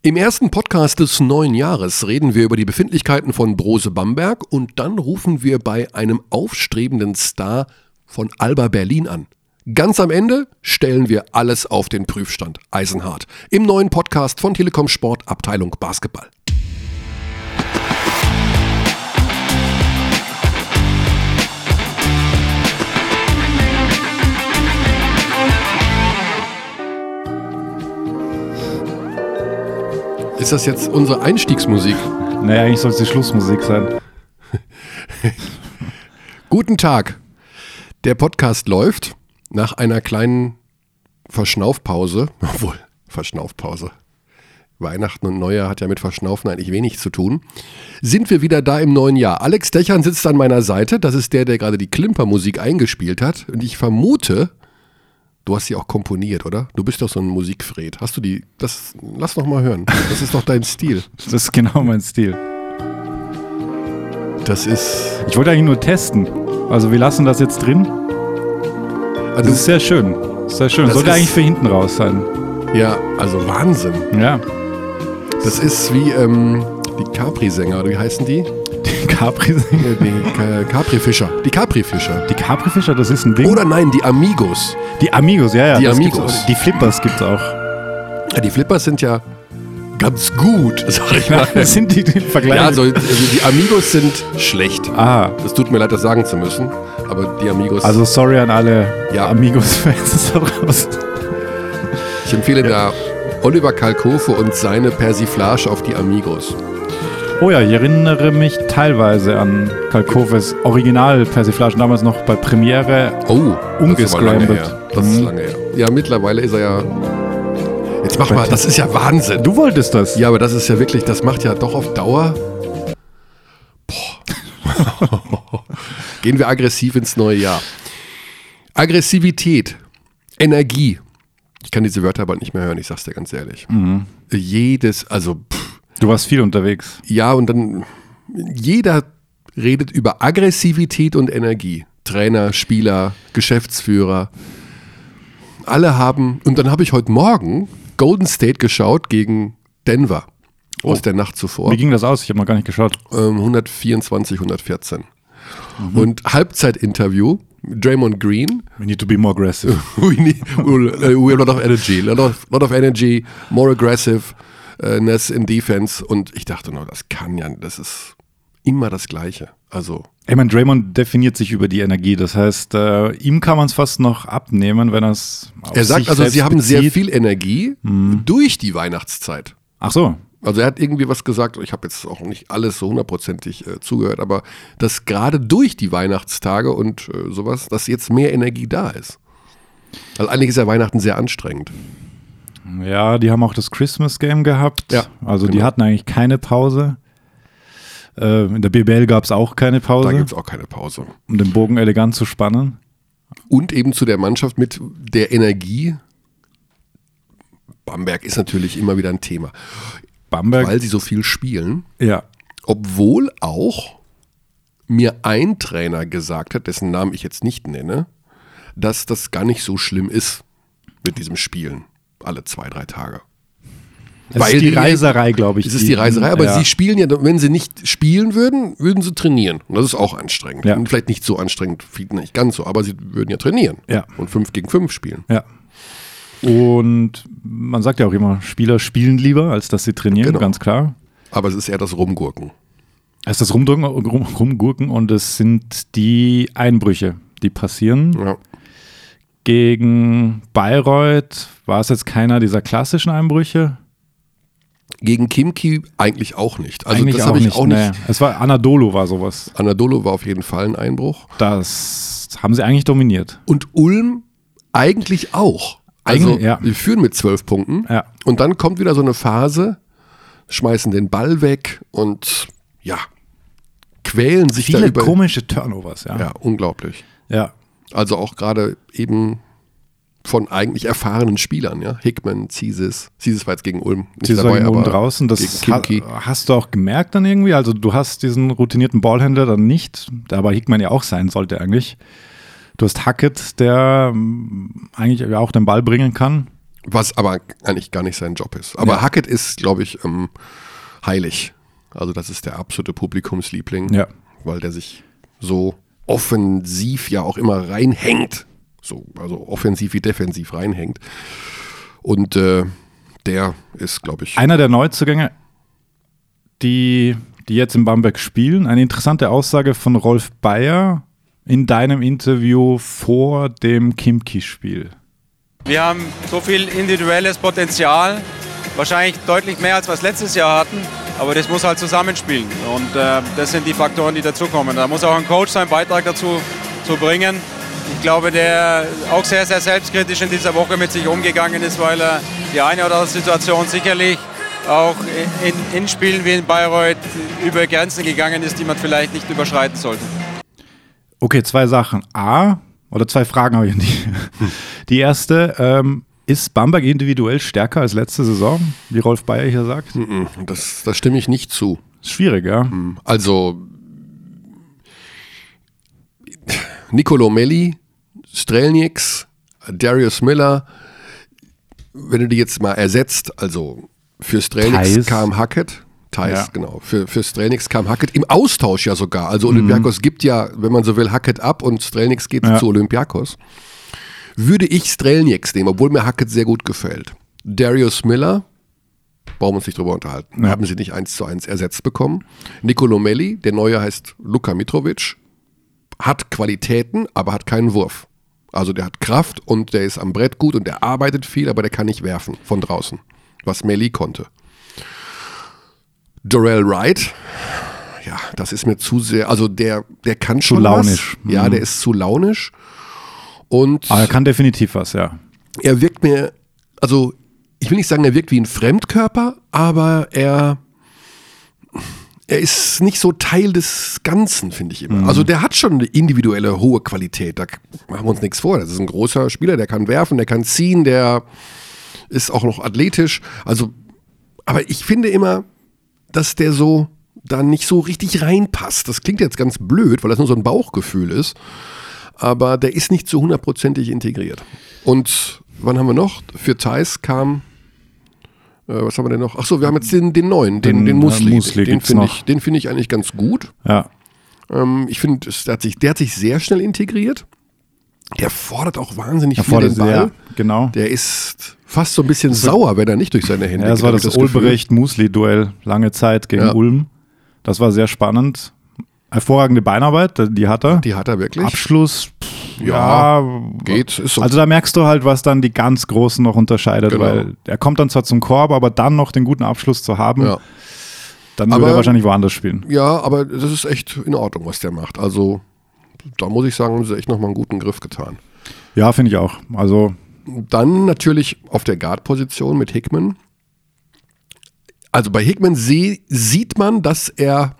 Im ersten Podcast des neuen Jahres reden wir über die Befindlichkeiten von Brose Bamberg und dann rufen wir bei einem aufstrebenden Star von Alba Berlin an. Ganz am Ende stellen wir alles auf den Prüfstand, eisenhart, im neuen Podcast von Telekom Sport, Abteilung Basketball. Ist das jetzt unsere Einstiegsmusik? Naja, eigentlich soll es die Schlussmusik sein. Guten Tag. Der Podcast läuft nach einer kleinen Verschnaufpause. Obwohl, Verschnaufpause. Weihnachten und Neujahr hat ja mit Verschnaufen eigentlich wenig zu tun. Sind wir wieder da im neuen Jahr. Alex Dechern sitzt an meiner Seite. Das ist der gerade die Klimpermusik eingespielt hat. Und ich vermute... Du hast sie auch komponiert, oder? Du bist doch so ein Musikfred. Hast du die? Lass noch mal hören. Das ist doch dein Stil. Das ist genau mein Stil. Das ist... Ich wollte eigentlich nur testen. Also wir lassen das jetzt drin. Das ist sehr schön. Sehr schön. Das sollte eigentlich für hinten raus sein. Ja, also Wahnsinn. Ja. Das ist wie die Capri-Sänger, oder wie heißen die? Die Capri-Sänger? Die Capri-Fischer. Die Capri-Fischer. Die Capri-Fischer, das ist ein Ding. Oder nein, die Amigos. Die Amigos, ja. Die Amigos. Die Flippers gibt's auch. Ja, die Flippers sind ja ganz gut, sag ich mal. Das sind die Vergleiche. Ja, also die Amigos sind schlecht. Ah. Es tut mir leid, das sagen zu müssen, aber die Amigos... Also sorry an alle Amigos-Fans da draußen. Ich empfehle da Oliver Kalkofe und seine Persiflage auf die Amigos. Oh ja, ich erinnere mich teilweise an Kalkofes Original-Persiflagen, damals noch bei Premiere umgescrambled. Das ist lange her. Ja, mittlerweile ist er ja... Jetzt mach mal, das ist ja Wahnsinn. Du wolltest das. Ja, aber das ist ja wirklich, das macht ja doch auf Dauer... Boah. Gehen wir aggressiv ins neue Jahr. Aggressivität, Energie. Ich kann diese Wörter aber nicht mehr hören, ich sag's dir ganz ehrlich. Mhm. Du warst viel unterwegs. Ja, und dann jeder redet über Aggressivität und Energie. Trainer, Spieler, Geschäftsführer. Alle haben, und dann habe ich heute Morgen Golden State geschaut gegen Denver aus der Nacht zuvor. Wie ging das aus? Ich habe noch gar nicht geschaut. 124, 114. Und Halbzeitinterview, Draymond Green. We need to be more aggressive. we have a lot of energy. Lot of energy, more aggressive. In Defense und ich dachte noch, das ist immer das Gleiche. Also ich meine, Draymond definiert sich über die Energie, das heißt, ihm kann man es fast noch abnehmen, wenn er es auf Er sagt sich also, sie haben bezieht. sehr viel Energie durch die Weihnachtszeit. Ach so. Also er hat irgendwie was gesagt, ich habe jetzt auch nicht alles so hundertprozentig zugehört, aber dass gerade durch die Weihnachtstage und sowas, dass jetzt mehr Energie da ist. Also eigentlich ist ja Weihnachten sehr anstrengend. Ja, die haben auch das Christmas Game gehabt. Ja, also die hatten eigentlich keine Pause. In der BBL gab es auch keine Pause. Da gibt es auch keine Pause. Um den Bogen elegant zu spannen. Und eben zu der Mannschaft mit der Energie. Bamberg ist natürlich immer wieder ein Thema. Bamberg. Weil sie so viel spielen. Ja. Obwohl auch mir ein Trainer gesagt hat, dessen Namen ich jetzt nicht nenne, dass das gar nicht so schlimm ist mit diesem Spielen. Alle 2-3 Tage. Das ist die Reiserei, glaube ich. Es ist die Reiserei, aber sie spielen ja, wenn sie nicht spielen würden, würden sie trainieren. Und das ist auch anstrengend. Ja. Vielleicht nicht so anstrengend, nicht ganz so, aber sie würden ja trainieren. Ja. Und 5 gegen 5 spielen. Ja. Und man sagt ja auch immer, Spieler spielen lieber, als dass sie trainieren, genau. Ganz klar. Aber es ist eher das Rumgurken. Es ist das Rumgurken und es sind die Einbrüche, die passieren. Ja. Gegen Bayreuth war es jetzt keiner dieser klassischen Einbrüche? Gegen Khimki eigentlich auch nicht. Also eigentlich das habe ich auch nicht. Nee. Es war Anadolu war sowas. Anadolu war auf jeden Fall ein Einbruch. Das haben sie eigentlich dominiert. Und Ulm eigentlich auch. Also wir führen mit 12 Punkten. Ja. Und dann kommt wieder so eine Phase, schmeißen den Ball weg und quälen sich viele da über. Komische Turnovers, ja. Ja, unglaublich. Ja. Also auch gerade eben von eigentlich erfahrenen Spielern, ja. Hickman, Ziesis war jetzt gegen Ulm nicht dabei, aber draußen, das hast du auch gemerkt dann irgendwie, also du hast diesen routinierten Ballhändler dann nicht, der aber Hickman ja auch sein sollte eigentlich. Du hast Hackett, der eigentlich auch den Ball bringen kann. Was aber eigentlich gar nicht sein Job ist. Aber Hackett ist, glaube ich, heilig. Also das ist der absolute Publikumsliebling, weil der sich so offensiv ja auch immer reinhängt. So, also offensiv wie defensiv reinhängt. Und der ist, glaube ich... Einer der Neuzugänge, die jetzt in Bamberg spielen. Eine interessante Aussage von Rolf Beyer in deinem Interview vor dem Khimki-Spiel. Wir haben so viel individuelles Potenzial, wahrscheinlich deutlich mehr, als wir es letztes Jahr hatten, aber das muss halt zusammenspielen und das sind die Faktoren, die dazukommen. Da muss auch ein Coach seinen Beitrag dazu bringen. Ich glaube, der auch sehr, sehr selbstkritisch in dieser Woche mit sich umgegangen ist, weil er die eine oder andere Situation sicherlich auch in Spielen wie in Bayreuth über Grenzen gegangen ist, die man vielleicht nicht überschreiten sollte. Okay, 2 Sachen. Oder 2 Fragen habe ich an die. Die erste, ist Bamberg individuell stärker als letzte Saison, wie Rolf Beyer hier sagt? Das stimme ich nicht zu. Ist schwierig, ja. Also Nicolo Melli, Strelnieks, Darius Miller, wenn du die jetzt mal ersetzt, also für Strelnieks kam Hackett, genau. Für Strelnieks kam Hackett im Austausch ja sogar. Also Olympiakos gibt ja, wenn man so will, Hackett ab und Strelnieks geht zu Olympiakos. Würde ich Strelnieks nehmen, obwohl mir Hackett sehr gut gefällt. Darius Miller, brauchen wir uns nicht drüber unterhalten, haben sie nicht 1:1 ersetzt bekommen. Nicolo Melli, der neue heißt Luka Mitrovic, hat Qualitäten, aber hat keinen Wurf. Also der hat Kraft und der ist am Brett gut und der arbeitet viel, aber der kann nicht werfen von draußen, was Melli konnte. Dorell Wright, ja, das ist mir zu sehr, also der kann schon zu launisch. Was. Ja, der ist zu launisch. Und aber er kann definitiv was, ja. Er wirkt mir, also ich will nicht sagen, er wirkt wie ein Fremdkörper, aber er ist nicht so Teil des Ganzen, finde ich immer. Also der hat schon eine individuelle hohe Qualität, da machen wir uns nichts vor. Das ist ein großer Spieler, der kann werfen, der kann ziehen, der ist auch noch athletisch. Also, aber ich finde immer, dass der so da nicht so richtig reinpasst. Das klingt jetzt ganz blöd, weil das nur so ein Bauchgefühl ist. Aber der ist nicht zu 100%ig integriert. Und wann haben wir noch? Für Theis kam, was haben wir denn noch? Achso, wir haben jetzt den neuen, den Musli. Den finde ich eigentlich ganz gut. Ja. Ich finde, der hat sich sehr schnell integriert. Der fordert auch wahnsinnig viel den Ball. Ja, genau. Der ist fast so ein bisschen sauer, wenn er nicht durch seine Hände geht. Ja, das war das Olbrecht-Musli-Duell lange Zeit gegen Ulm. Das war sehr spannend. Hervorragende Beinarbeit, die hat er. Die hat er wirklich. Abschluss, geht. Ist so. Also da merkst du halt, was dann die ganz Großen noch unterscheidet, weil er kommt dann zwar zum Korb, aber dann noch den guten Abschluss zu haben, dann würde er wahrscheinlich woanders spielen. Ja, aber das ist echt in Ordnung, was der macht. Also da muss ich sagen, haben sie echt nochmal einen guten Griff getan. Ja, finde ich auch. Also dann natürlich auf der Guard-Position mit Hickman. Also bei Hickman sieht man, dass er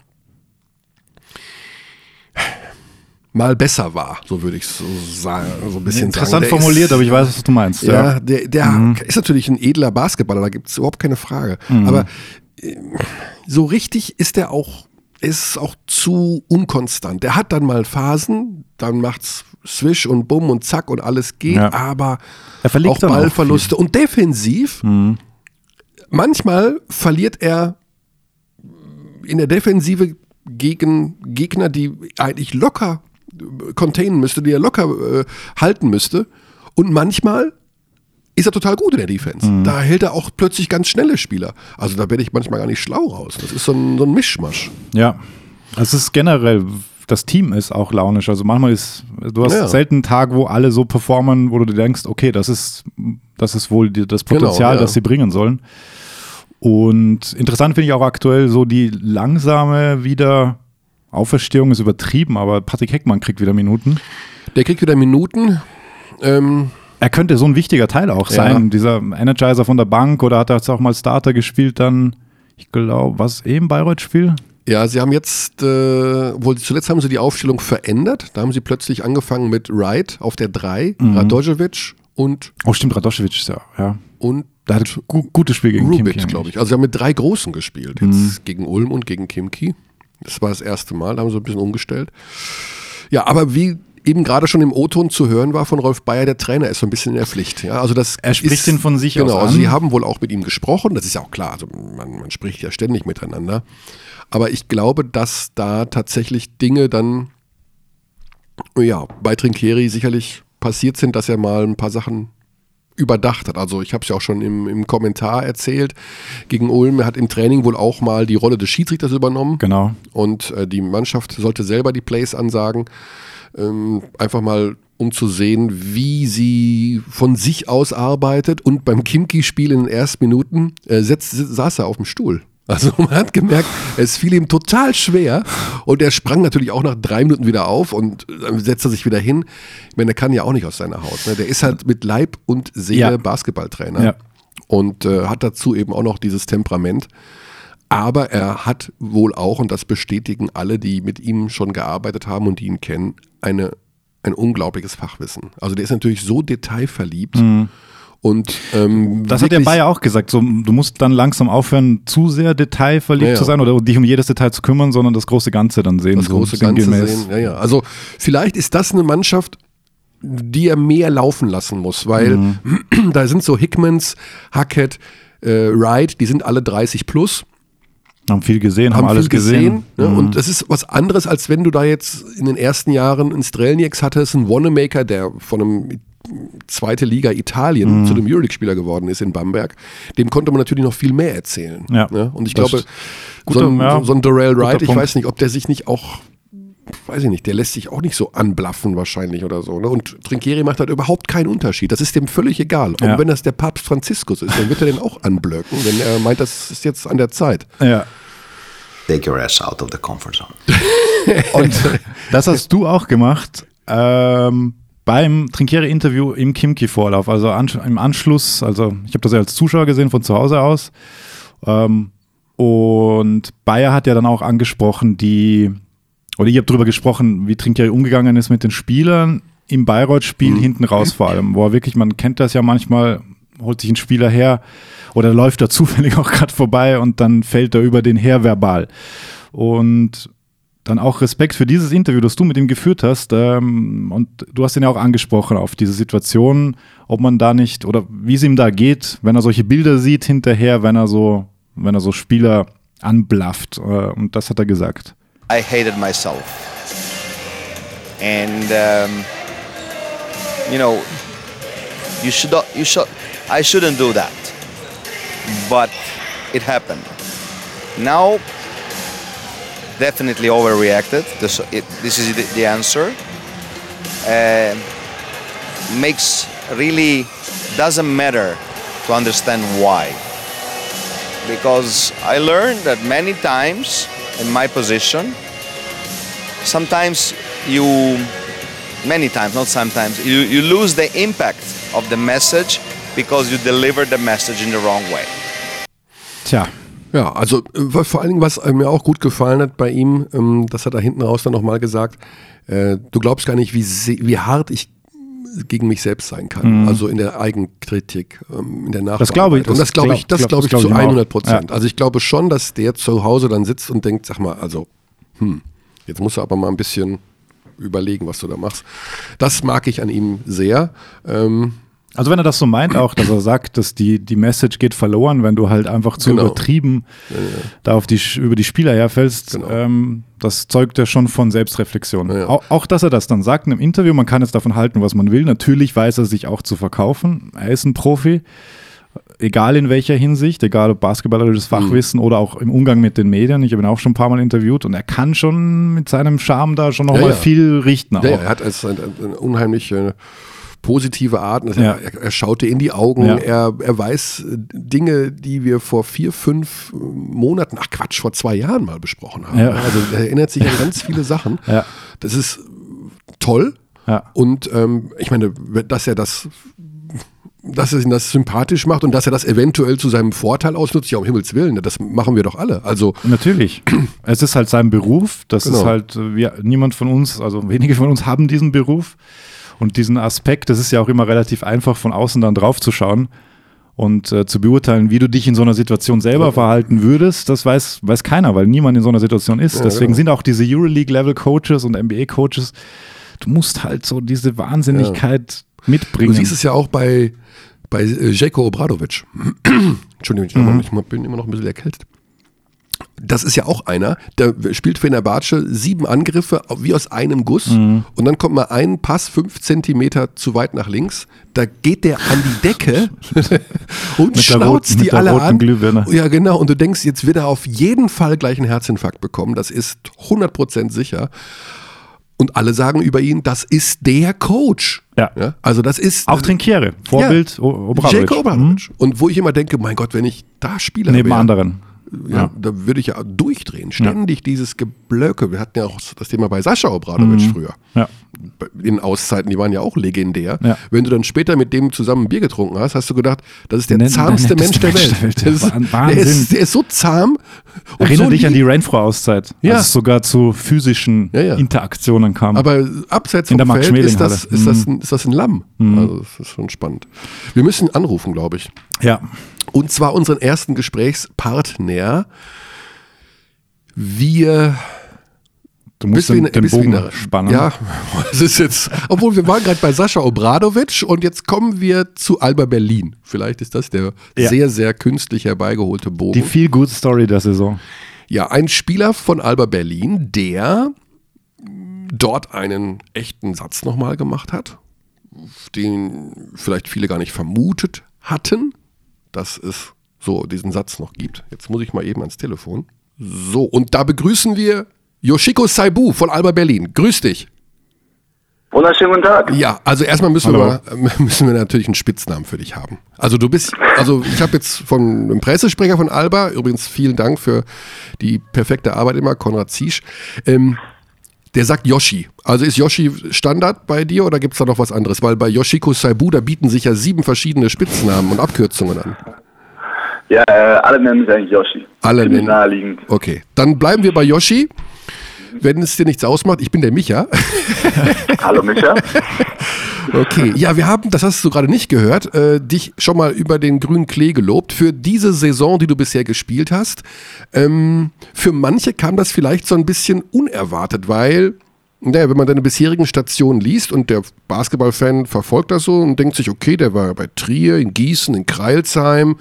mal besser war, so würde ich so sagen, so ein bisschen interessant sagen. Formuliert, aber ich weiß, was du meinst. Ja, der ist natürlich ein edler Basketballer, da gibt es überhaupt keine Frage. Aber so richtig ist er auch zu unkonstant. Der hat dann mal Phasen, dann macht's Swish und Bumm und Zack und alles geht, aber er auch Ballverluste und defensiv. Manchmal verliert er in der Defensive gegen Gegner, die eigentlich locker containen müsste, die er locker halten müsste. Und manchmal ist er total gut in der Defense. Da hält er auch plötzlich ganz schnelle Spieler. Also da werde ich manchmal gar nicht schlau raus. Das ist so ein Mischmasch. Ja, es ist generell, das Team ist auch launisch. Also manchmal du hast selten einen Tag, wo alle so performen, wo du dir denkst, okay, das ist wohl das Potenzial, das sie bringen sollen. Und interessant finde ich auch aktuell so die langsame Auferstehung ist übertrieben, aber Patrick Heckmann kriegt wieder Minuten. Der kriegt wieder Minuten. Er könnte so ein wichtiger Teil auch sein, dieser Energizer von der Bank, oder hat er jetzt auch mal Starter gespielt dann, ich glaube, was im Bayreuth-Spiel? Ja, sie haben jetzt, zuletzt haben sie die Aufstellung verändert. Da haben sie plötzlich angefangen mit Wright auf der 3, Radojevic und... Oh stimmt, Radojevic ist ja. Und da hat er gutes Spiel gegen Rubit, Khimki, glaube ich. Also sie haben mit 3 Großen gespielt, jetzt gegen Ulm und gegen Khimki. Das war das erste Mal, da haben sie ein bisschen umgestellt. Ja, aber wie eben gerade schon im O-Ton zu hören war von Rolf Beyer, der Trainer ist so ein bisschen in der Pflicht. Ja, also er spricht ihn von sich aus an. Also sie haben wohl auch mit ihm gesprochen, das ist ja auch klar, also man spricht ja ständig miteinander. Aber ich glaube, dass da tatsächlich Dinge dann bei Trinchieri sicherlich passiert sind, dass er mal ein paar Sachen überdacht hat. Also ich habe es ja auch schon im Kommentar erzählt gegen Ulm. Er hat im Training wohl auch mal die Rolle des Schiedsrichters übernommen. Genau. Und die Mannschaft sollte selber die Plays ansagen. Einfach mal, um zu sehen, wie sie von sich aus arbeitet. Und beim Khimki-Spiel in den ersten Minuten saß er auf dem Stuhl. Also man hat gemerkt, es fiel ihm total schwer und er sprang natürlich auch nach 3 Minuten wieder auf und dann setzte sich wieder hin. Ich meine, der kann ja auch nicht aus seiner Haut. Ne? Der ist halt mit Leib und Seele Basketballtrainer und hat dazu eben auch noch dieses Temperament. Aber er hat wohl auch, und das bestätigen alle, die mit ihm schon gearbeitet haben und die ihn kennen, ein unglaubliches Fachwissen. Also der ist natürlich so detailverliebt. Und, das hat der Bayer auch gesagt, so, du musst dann langsam aufhören, zu sehr detailverliebt zu sein oder dich um jedes Detail zu kümmern, sondern das große Ganze dann sehen. Das große Ganze sehen, Also vielleicht ist das eine Mannschaft, die er mehr laufen lassen muss, weil da sind so Hickmans, Hackett, Wright, die sind alle 30 plus. Haben viel gesehen, haben alles gesehen. Ne? Und das ist was anderes, als wenn du da jetzt in den ersten Jahren einen Strelnieks hattest, einen Wanamaker, der von einem zweite Liga Italien zu dem Euroleague-Spieler geworden ist in Bamberg. Dem konnte man natürlich noch viel mehr erzählen. Ja, ne? Und ich glaube, so ein Darrell Wright, ich weiß nicht, ob der sich nicht auch, weiß ich nicht, der lässt sich auch nicht so anblaffen wahrscheinlich oder so. Ne? Und Trinchieri macht halt überhaupt keinen Unterschied. Das ist dem völlig egal. Und wenn das der Papst Franziskus ist, dann wird er den auch anblöken, wenn er meint, das ist jetzt an der Zeit. Ja. Take your ass out of the comfort zone. Und das hast du auch gemacht, beim Trinchieri-Interview im Khimki-Vorlauf, also im Anschluss, also ich habe das ja als Zuschauer gesehen von zu Hause aus, und Bayer hat ja dann auch angesprochen, ihr habt darüber gesprochen, wie Trinchieri umgegangen ist mit den Spielern im Bayreuth-Spiel hinten raus vor allem, wo er wirklich, man kennt das ja manchmal, holt sich ein Spieler her oder läuft da zufällig auch gerade vorbei und dann fällt er über den her verbal. Und dann auch Respekt für dieses Interview, das du mit ihm geführt hast, und du hast ihn ja auch angesprochen auf diese Situation, ob man da nicht, oder wie es ihm da geht, wenn er solche Bilder sieht hinterher, wenn er so Spieler anblafft, und das hat er gesagt. I hated myself and I shouldn't do that, but it happened. Now definitely overreacted. This is the answer. Doesn't matter to understand why. Because I learned that many times in my position, you lose the impact of the message because you deliver the message in the wrong way. Tja. Ja, also vor allen Dingen, was mir auch gut gefallen hat bei ihm, das hat er hinten raus dann nochmal gesagt, du glaubst gar nicht, wie hart ich gegen mich selbst sein kann. Also in der Eigenkritik, in der Nachbearbeitung. Das glaube ich. Und das glaube ich zu 100%. Ja. Also ich glaube schon, dass der zu Hause dann sitzt und denkt, sag mal, also, jetzt musst du aber mal ein bisschen überlegen, was du da machst. Das mag ich an ihm sehr. Also wenn er das so meint auch, dass er sagt, dass die Message geht verloren, wenn du halt einfach zu übertrieben da über die Spieler herfällst, das zeugt ja schon von Selbstreflexion. Ja. Auch, dass er das dann sagt in einem Interview, man kann jetzt davon halten, was man will. Natürlich weiß er sich auch zu verkaufen. Er ist ein Profi, egal in welcher Hinsicht, egal ob basketballerisches Fachwissen oder auch im Umgang mit den Medien. Ich habe ihn auch schon ein paar Mal interviewt und er kann schon mit seinem Charme da schon nochmal viel richten. Ja, er hat eine unheimliche positive Art. Er schaut dir in die Augen, er weiß Dinge, die wir vor 4, 5 Monaten, vor 2 Jahren mal besprochen haben. Ja. Also er erinnert sich an ganz viele Sachen. Ja. Das ist toll. Ja. Und ich meine, dass er ihn das sympathisch macht und dass er das eventuell zu seinem Vorteil ausnutzt, ja, um Himmels Willen, das machen wir doch alle. Also natürlich. Es ist halt sein Beruf, das ist halt, niemand von uns, also wenige von uns haben diesen Beruf. Und diesen Aspekt, das ist ja auch immer relativ einfach von außen dann drauf zu schauen und zu beurteilen, wie du dich in so einer Situation selber verhalten würdest, das weiß keiner, weil niemand in so einer Situation ist. Deswegen sind auch diese Euroleague-Level-Coaches und NBA-Coaches du musst halt so diese Wahnsinnigkeit mitbringen. Du siehst es ja auch bei Željko Obradović. Entschuldigung, ich bin immer noch ein bisschen erkältet. Das ist ja auch einer, der spielt für Fenerbahce 7 Angriffe wie aus einem Guss und dann kommt mal ein Pass 5 Zentimeter zu weit nach links, da geht der an die Decke und schnauzt die alle an. Glühbirne. Ja genau, und du denkst, jetzt wird er auf jeden Fall gleich einen Herzinfarkt bekommen, das ist 100% sicher. Und alle sagen über ihn, das ist der Coach. Ja. Also das ist... Auch Trinkiere, Vorbild Obradović. Željko Obradović. Und wo ich immer denke, mein Gott, wenn ich da Spieler neben anderen. Ja, da würde ich ja durchdrehen. Ständig dieses Geblöcke. Wir hatten ja auch das Thema bei Sascha Obradović früher. Ja. In Auszeiten, die waren ja auch legendär. Ja. Wenn du dann später mit dem zusammen ein Bier getrunken hast, hast du gedacht, das ist der zahmste Mensch der Welt. Wahnsinn. Der ist so zahm. Erinnere dich an die Renfro-Auszeit, als es sogar zu physischen Interaktionen kam. Aber abseits vom Feld ist das ein Lamm. Also das ist schon spannend. Wir müssen anrufen, glaube ich. Ja. Und zwar unseren ersten Gesprächspartner. Du musst den Bogen spannen. Ja, es ist jetzt, obwohl wir waren gerade bei Sascha Obradović und jetzt kommen wir zu Alba Berlin. Vielleicht ist das der sehr, sehr künstlich herbeigeholte Bogen. Die Feel-Good-Story der Saison. Ja, ein Spieler von Alba Berlin, der dort einen echten Satz nochmal gemacht hat, den vielleicht viele gar nicht vermutet hatten, dass es so diesen Satz noch gibt. Jetzt muss ich mal eben ans Telefon. So, und da begrüßen wir Yoshiko Saibu von Alba Berlin. Grüß dich. Wunderschönen guten Tag. Ja, also erstmal müssen wir natürlich einen Spitznamen für dich haben. Also ich habe jetzt von einem Pressesprecher von Alba, übrigens vielen Dank für die perfekte Arbeit immer, Konrad Ziesch, der sagt Yoshi. Also ist Yoshi Standard bei dir oder gibt es da noch was anderes? Weil bei Yoshiko Saibu, da bieten sich ja 7 verschiedene Spitznamen und Abkürzungen an. Ja, alle nennen mich eigentlich Yoshi. Alle nennen. Naheliegend. Okay, dann bleiben wir bei Yoshi. Wenn es dir nichts ausmacht, ich bin der Micha. Hallo Micha. Okay, ja, wir haben, das hast du gerade nicht gehört, dich schon mal über den grünen Klee gelobt für diese Saison, die du bisher gespielt hast. Für manche kam das vielleicht so ein bisschen unerwartet, weil, naja, wenn man deine bisherigen Stationen liest und der Basketballfan verfolgt das so und denkt sich, okay, der war bei Trier, in Gießen, in Crailsheim,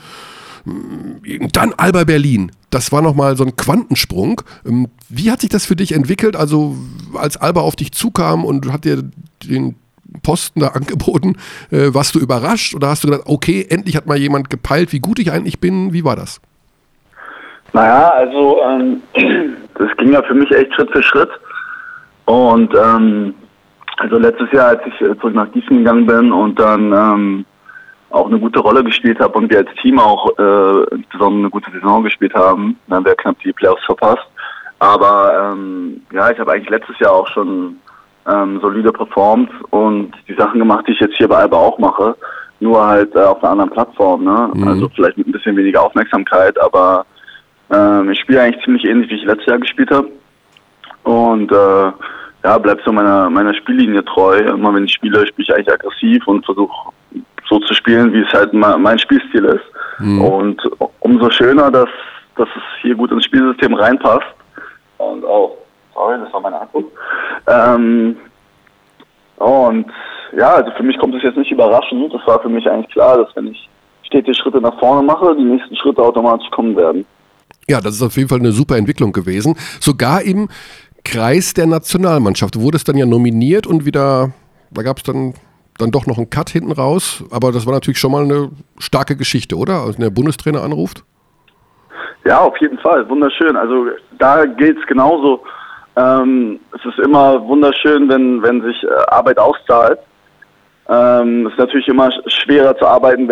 dann Alba Berlin. Das war nochmal so ein Quantensprung. Wie hat sich das für dich entwickelt? Also als Alba auf dich zukam und hat dir den Posten da angeboten, warst du überrascht oder hast du gedacht, okay, endlich hat mal jemand gepeilt, wie gut ich eigentlich bin? Wie war das? Naja, also das ging ja für mich echt Schritt für Schritt. Und also letztes Jahr, als ich zurück nach Gießen gegangen bin und dann auch eine gute Rolle gespielt habe und wir als Team auch insbesondere eine gute Saison gespielt haben, dann haben wir knapp die Playoffs verpasst. Aber ja, ich habe eigentlich letztes Jahr auch schon solide performt und die Sachen gemacht, die ich jetzt hier bei Alba auch mache, nur halt auf einer anderen Plattform, ne? Also vielleicht mit ein bisschen weniger Aufmerksamkeit, aber ich spiele eigentlich ziemlich ähnlich, wie ich letztes Jahr gespielt habe und ja, bleib so meiner Spiellinie treu. Immer wenn ich spiele, spiele ich eigentlich aggressiv und versuche so zu spielen, wie es halt mein Spielstil ist. Und umso schöner, dass es hier gut ins Spielsystem reinpasst und auch, sorry, das war mein Akku. Und ja, also für mich kommt es jetzt nicht überraschend. Das war für mich eigentlich klar, dass wenn ich stetige Schritte nach vorne mache, die nächsten Schritte automatisch kommen werden. Ja, das ist auf jeden Fall eine super Entwicklung gewesen. Sogar im Kreis der Nationalmannschaft. Du wurdest dann ja nominiert und wieder, da gab es dann doch noch einen Cut hinten raus. Aber das war natürlich schon mal eine starke Geschichte, oder? Als der Bundestrainer anruft. Ja, auf jeden Fall. Wunderschön. Also da gilt es genauso. Es ist immer wunderschön, wenn sich Arbeit auszahlt. Es ist natürlich immer schwerer zu arbeiten,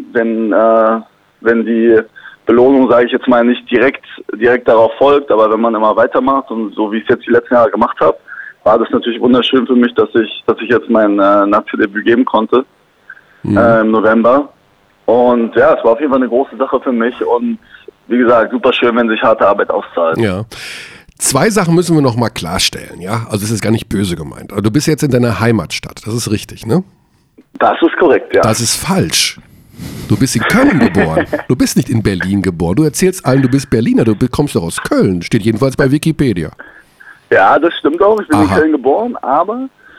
wenn die Belohnung, sage ich jetzt mal, nicht direkt darauf folgt, aber wenn man immer weitermacht und so wie ich es jetzt die letzten Jahre gemacht habe, war das natürlich wunderschön für mich, dass ich jetzt mein Nazi-Debüt geben konnte im November. Und ja, es war auf jeden Fall eine große Sache für mich und wie gesagt, super schön, wenn sich harte Arbeit auszahlt. Ja. 2 Sachen müssen wir noch mal klarstellen, ja? Also es ist gar nicht böse gemeint. Aber du bist jetzt in deiner Heimatstadt, das ist richtig, ne? Das ist korrekt, ja. Das ist falsch. Du bist in Köln geboren. Du bist nicht in Berlin geboren. Du erzählst allen, du bist Berliner, du kommst doch aus Köln. Steht jedenfalls bei Wikipedia. Ja, das stimmt auch. Ich bin in Köln geboren, aber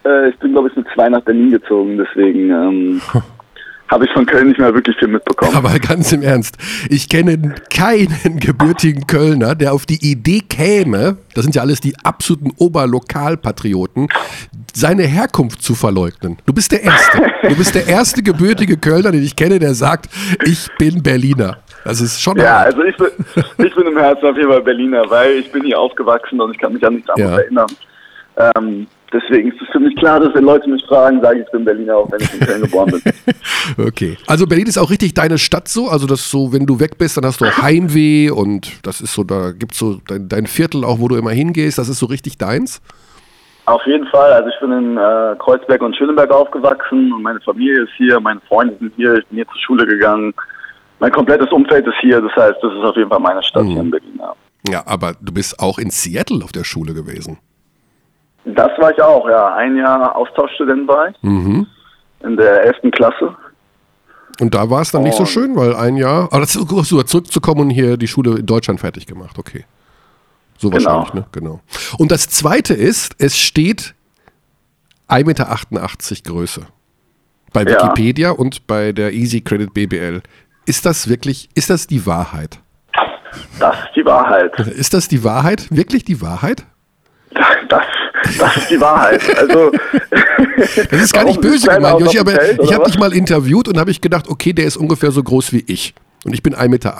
Ich bin, glaube ich, mit 2 nach Berlin gezogen, deswegen habe ich von Köln nicht mehr wirklich viel mitbekommen. Aber ganz im Ernst, ich kenne keinen gebürtigen Kölner, der auf die Idee käme, das sind ja alles die absoluten Oberlokalpatrioten, seine Herkunft zu verleugnen. Du bist der Erste. Du bist der erste gebürtige Kölner, den ich kenne, der sagt, ich bin Berliner. Das ist schon hart. Also ich bin im Herzen auf jeden Fall Berliner, weil ich bin hier aufgewachsen und ich kann mich an nichts anderes erinnern. Deswegen ist es für mich klar, dass wenn Leute mich fragen, sage ich, ich bin Berliner, auch wenn ich in Köln geboren bin. Okay. Also Berlin ist auch richtig deine Stadt so? Also das so, wenn du weg bist, dann hast du auch Heimweh und das ist so, da gibt es so dein Viertel auch, wo du immer hingehst, das ist so richtig deins? Auf jeden Fall. Also ich bin in Kreuzberg und Schöneberg aufgewachsen und meine Familie ist hier, meine Freunde sind hier, ich bin hier zur Schule gegangen. Mein komplettes Umfeld ist hier, das heißt, das ist auf jeden Fall meine Stadt hier in Berlin. Ja, aber du bist auch in Seattle auf der Schule gewesen. Das war ich auch, ja. 1 Jahr Austauschstudent war ich. In der 11. Klasse. Und da war es dann nicht so schön, weil 1 Jahr, aber zurückzukommen und hier die Schule in Deutschland fertig gemacht, okay. So wahrscheinlich, ne? Genau. Und das Zweite ist, es steht 1,88 Meter Größe. Bei Wikipedia und bei der Easy Credit BBL. Ist das die Wahrheit? Das ist die Wahrheit. Ist das die Wahrheit? Wirklich die Wahrheit? Das ist die Wahrheit. Also, das ist gar nicht böse gemeint, Joshi, aber ich habe dich mal interviewt und habe ich gedacht, okay, der ist ungefähr so groß wie ich. Und ich bin 1,80 Meter.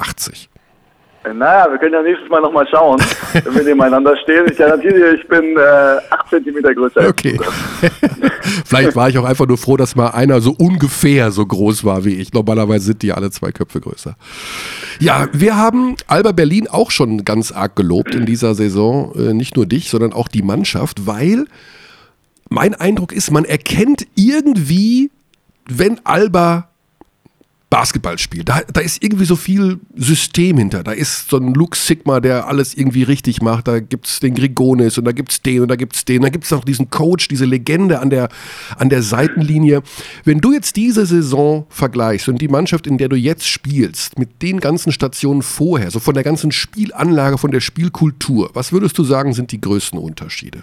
Naja, wir können ja nächstes Mal nochmal schauen, wenn wir nebeneinander stehen. Ich garantiere dir, ich bin 8 Zentimeter größer. Okay. Vielleicht war ich auch einfach nur froh, dass mal einer so ungefähr so groß war wie ich. Normalerweise sind die alle 2 Köpfe größer. Ja, wir haben Alba Berlin auch schon ganz arg gelobt in dieser Saison. Nicht nur dich, sondern auch die Mannschaft, weil mein Eindruck ist, man erkennt irgendwie, wenn Alba Basketball spielt. Da ist irgendwie so viel System hinter. Da ist so ein Luke Sigma, der alles irgendwie richtig macht. Da gibt es den Grigonis und da gibt es den und da gibt es den. Da gibt es noch diesen Coach, diese Legende an der Seitenlinie. Wenn du jetzt diese Saison vergleichst und die Mannschaft, in der du jetzt spielst, mit den ganzen Stationen vorher, so von der ganzen Spielanlage, von der Spielkultur, was würdest du sagen, sind die größten Unterschiede?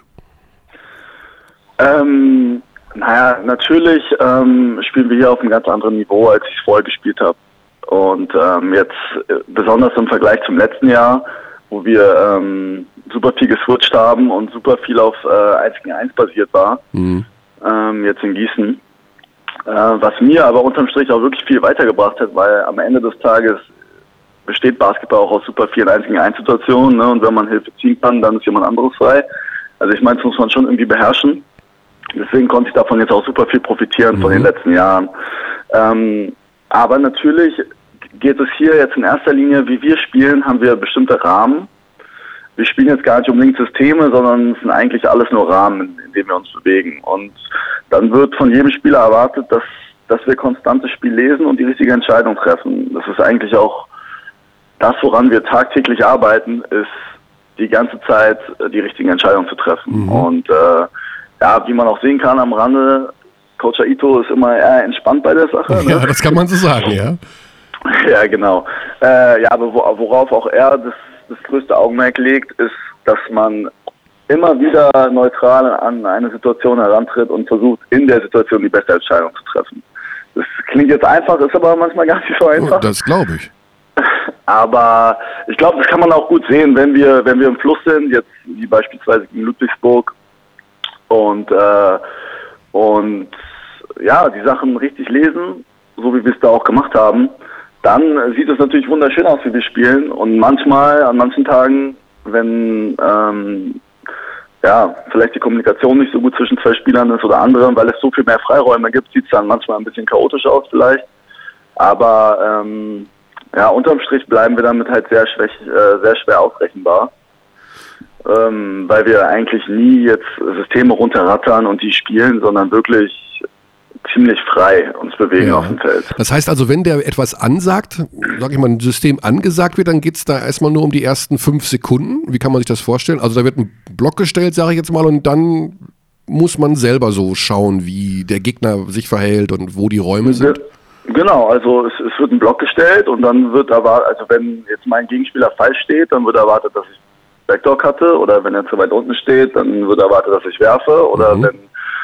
Naja, natürlich spielen wir hier auf einem ganz anderen Niveau, als ich es vorher gespielt habe. Und jetzt besonders im Vergleich zum letzten Jahr, wo wir super viel geswitcht haben und super viel auf 1 gegen 1 basiert war, jetzt in Gießen. Was mir aber unterm Strich auch wirklich viel weitergebracht hat, weil am Ende des Tages besteht Basketball auch aus super vielen 1 gegen 1 Situationen, ne? Und wenn man Hilfe ziehen kann, dann ist jemand anderes frei. Also ich meine, das muss man schon irgendwie beherrschen. Deswegen konnte ich davon jetzt auch super viel profitieren von den letzten Jahren. Aber natürlich geht es hier jetzt in erster Linie, wie wir spielen, haben wir bestimmte Rahmen. Wir spielen jetzt gar nicht unbedingt Systeme, sondern es sind eigentlich alles nur Rahmen, in denen wir uns bewegen. Und dann wird von jedem Spieler erwartet, dass wir konstant das Spiel lesen und die richtige Entscheidung treffen. Das ist eigentlich auch das, woran wir tagtäglich arbeiten, ist die ganze Zeit die richtigen Entscheidungen zu treffen. Und ja, wie man auch sehen kann am Rande, Coach Ito ist immer eher entspannt bei der Sache. Ne? Ja, das kann man so sagen, ja. Ja, genau. Ja, aber worauf auch er das größte Augenmerk legt, ist, dass man immer wieder neutral an eine Situation herantritt und versucht, in der Situation die beste Entscheidung zu treffen. Das klingt jetzt einfach, ist aber manchmal gar nicht so einfach. Das glaube ich. Aber ich glaube, das kann man auch gut sehen, wenn wir im Fluss sind, jetzt wie beispielsweise in Ludwigsburg, und ja, die Sachen richtig lesen, so wie wir es da auch gemacht haben, dann sieht es natürlich wunderschön aus, wie wir spielen. Und manchmal, an manchen Tagen, wenn ja, vielleicht die Kommunikation nicht so gut zwischen 2 Spielern ist oder anderen, weil es so viel mehr Freiräume gibt, sieht es dann manchmal ein bisschen chaotisch aus vielleicht. Aber ja, unterm Strich bleiben wir damit halt sehr schwer ausrechenbar. Weil wir eigentlich nie jetzt Systeme runterrattern und die spielen, sondern wirklich ziemlich frei uns bewegen auf dem Feld. Das heißt also, wenn der etwas ansagt, sag ich mal, ein System angesagt wird, dann geht es da erstmal nur um die ersten 5 Sekunden. Wie kann man sich das vorstellen? Also da wird ein Block gestellt, sage ich jetzt mal, und dann muss man selber so schauen, wie der Gegner sich verhält und wo die Räume sind. Genau, also es wird ein Block gestellt und dann wird erwartet, also wenn jetzt mein Gegenspieler falsch steht, dann wird erwartet, dass ich Backdoor hatte, oder wenn er zu weit unten steht, dann wird erwartet, dass ich werfe, oder wenn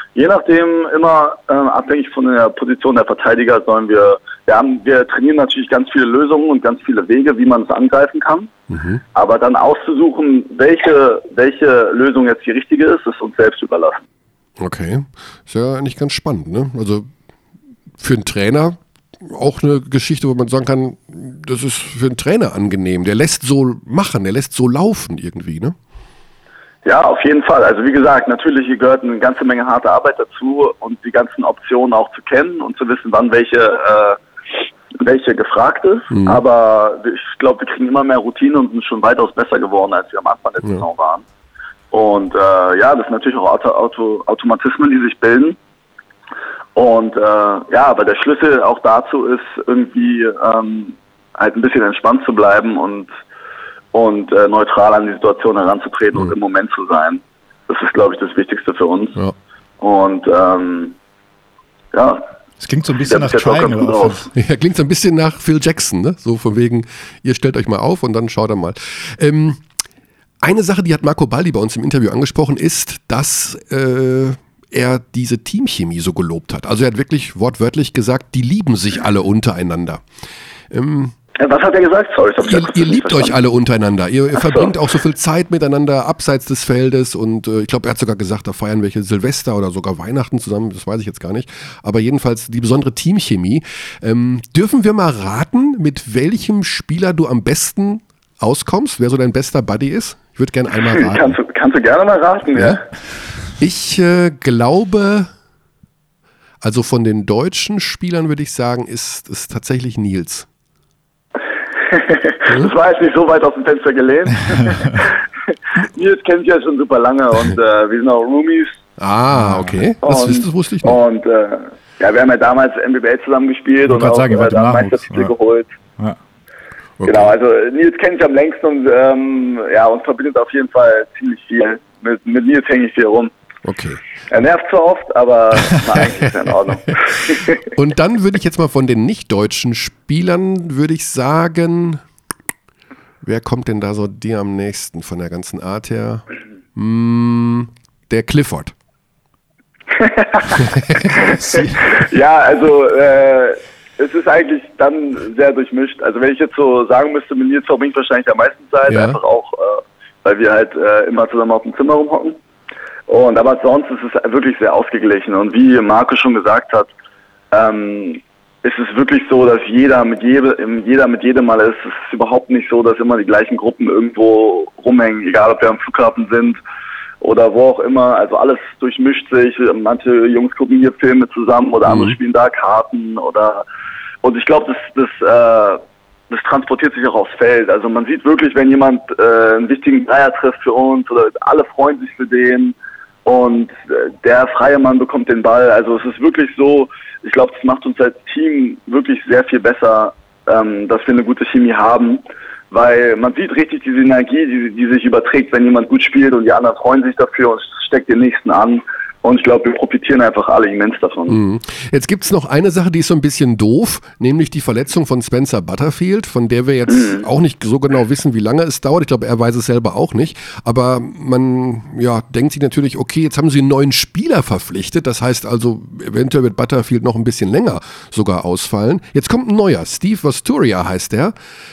Je nachdem, immer abhängig von der Position der Verteidiger wir trainieren natürlich ganz viele Lösungen und ganz viele Wege, wie man es angreifen kann. Aber dann auszusuchen, welche Lösung jetzt die richtige ist uns selbst überlassen. Okay, ist ja eigentlich ganz spannend, ne? Also für einen Trainer auch eine Geschichte, wo man sagen kann, das ist für einen Trainer angenehm. Der lässt so machen, der lässt so laufen irgendwie, ne? Ja, auf jeden Fall. Also wie gesagt, natürlich gehört eine ganze Menge harte Arbeit dazu und die ganzen Optionen auch zu kennen und zu wissen, wann welche gefragt ist. Aber ich glaube, wir kriegen immer mehr Routine und sind schon weitaus besser geworden, als wir am Anfang der Saison waren. Und das sind natürlich auch Automatismen, die sich bilden. Und aber der Schlüssel auch dazu ist irgendwie halt ein bisschen entspannt zu bleiben und neutral an die Situation heranzutreten und im Moment zu sein. Das ist, glaube ich, das Wichtigste für uns. Ja. Und es klingt so ein bisschen nach Triangle Offense. Ja, klingt so ein bisschen nach Phil Jackson, ne? So von wegen, ihr stellt euch mal auf und dann schaut er mal. Eine Sache, die hat Marco Baldi bei uns im Interview angesprochen, ist, dass er diese Teamchemie so gelobt hat. Also er hat wirklich wortwörtlich gesagt, die lieben sich alle untereinander. Was hat er gesagt? Sorry, ihr liebt euch alle untereinander. Ihr verbringt auch so viel Zeit miteinander abseits des Feldes und ich glaube, er hat sogar gesagt, da feiern welche Silvester oder sogar Weihnachten zusammen, das weiß ich jetzt gar nicht. Aber jedenfalls die besondere Teamchemie. Dürfen wir mal raten, mit welchem Spieler du am besten auskommst? Wer so dein bester Buddy ist? Ich würde gerne einmal raten. Kannst du gerne mal raten, ja? Ich glaube, also von den deutschen Spielern würde ich sagen, ist es tatsächlich Nils. Das war jetzt nicht so weit aus dem Fenster gelehnt. Nils kennt ja schon super lange und wir sind auch Roomies. Ah, okay. Das wusste ich nicht. Und wir haben ja damals NBBL zusammen gespielt und auch Meistertitel geholt. Ja. Okay. Genau, also Nils kenne ich am längsten und uns verbindet auf jeden Fall ziemlich viel. Mit Nils hänge ich viel rum. Okay. Er nervt zwar oft, aber eigentlich ist er in Ordnung. Und dann würde ich jetzt mal von den nicht-deutschen Spielern, würde ich sagen, wer kommt denn da so dir am nächsten von der ganzen Art her? Der Clifford. Ja, also es ist eigentlich dann sehr durchmischt. Also wenn ich jetzt so sagen müsste, mit Nils verbringe ich wahrscheinlich am meisten Zeit, einfach auch, weil wir halt immer zusammen auf dem Zimmer rumhocken. Aber sonst ist es wirklich sehr ausgeglichen. Und wie Marco schon gesagt hat, ist es wirklich so, dass jeder mit jedem mal ist. Es ist überhaupt nicht so, dass immer die gleichen Gruppen irgendwo rumhängen, egal ob wir am Flughafen sind oder wo auch immer. Also alles durchmischt sich. Manche Jungs gucken hier Filme zusammen oder andere spielen da Karten und ich glaube, das transportiert sich auch aufs Feld. Also man sieht wirklich, wenn jemand einen wichtigen Dreier trifft für uns oder alle freuen sich für den und der freie Mann bekommt den Ball. Also es ist wirklich so, ich glaube, das macht uns als Team wirklich sehr viel besser, dass wir eine gute Chemie haben, weil man sieht richtig diese Energie, die sich überträgt, wenn jemand gut spielt und die anderen freuen sich dafür und steckt den Nächsten an. Und ich glaube, wir profitieren einfach alle immens davon. Jetzt gibt es noch eine Sache, die ist so ein bisschen doof, nämlich die Verletzung von Spencer Butterfield, von der wir jetzt auch nicht so genau wissen, wie lange es dauert. Ich glaube, er weiß es selber auch nicht. Aber man denkt sich natürlich, okay, jetzt haben sie einen neuen Spieler verpflichtet. Das heißt also, eventuell wird Butterfield noch ein bisschen länger sogar ausfallen. Jetzt kommt ein neuer, Steve Vasturia heißt der.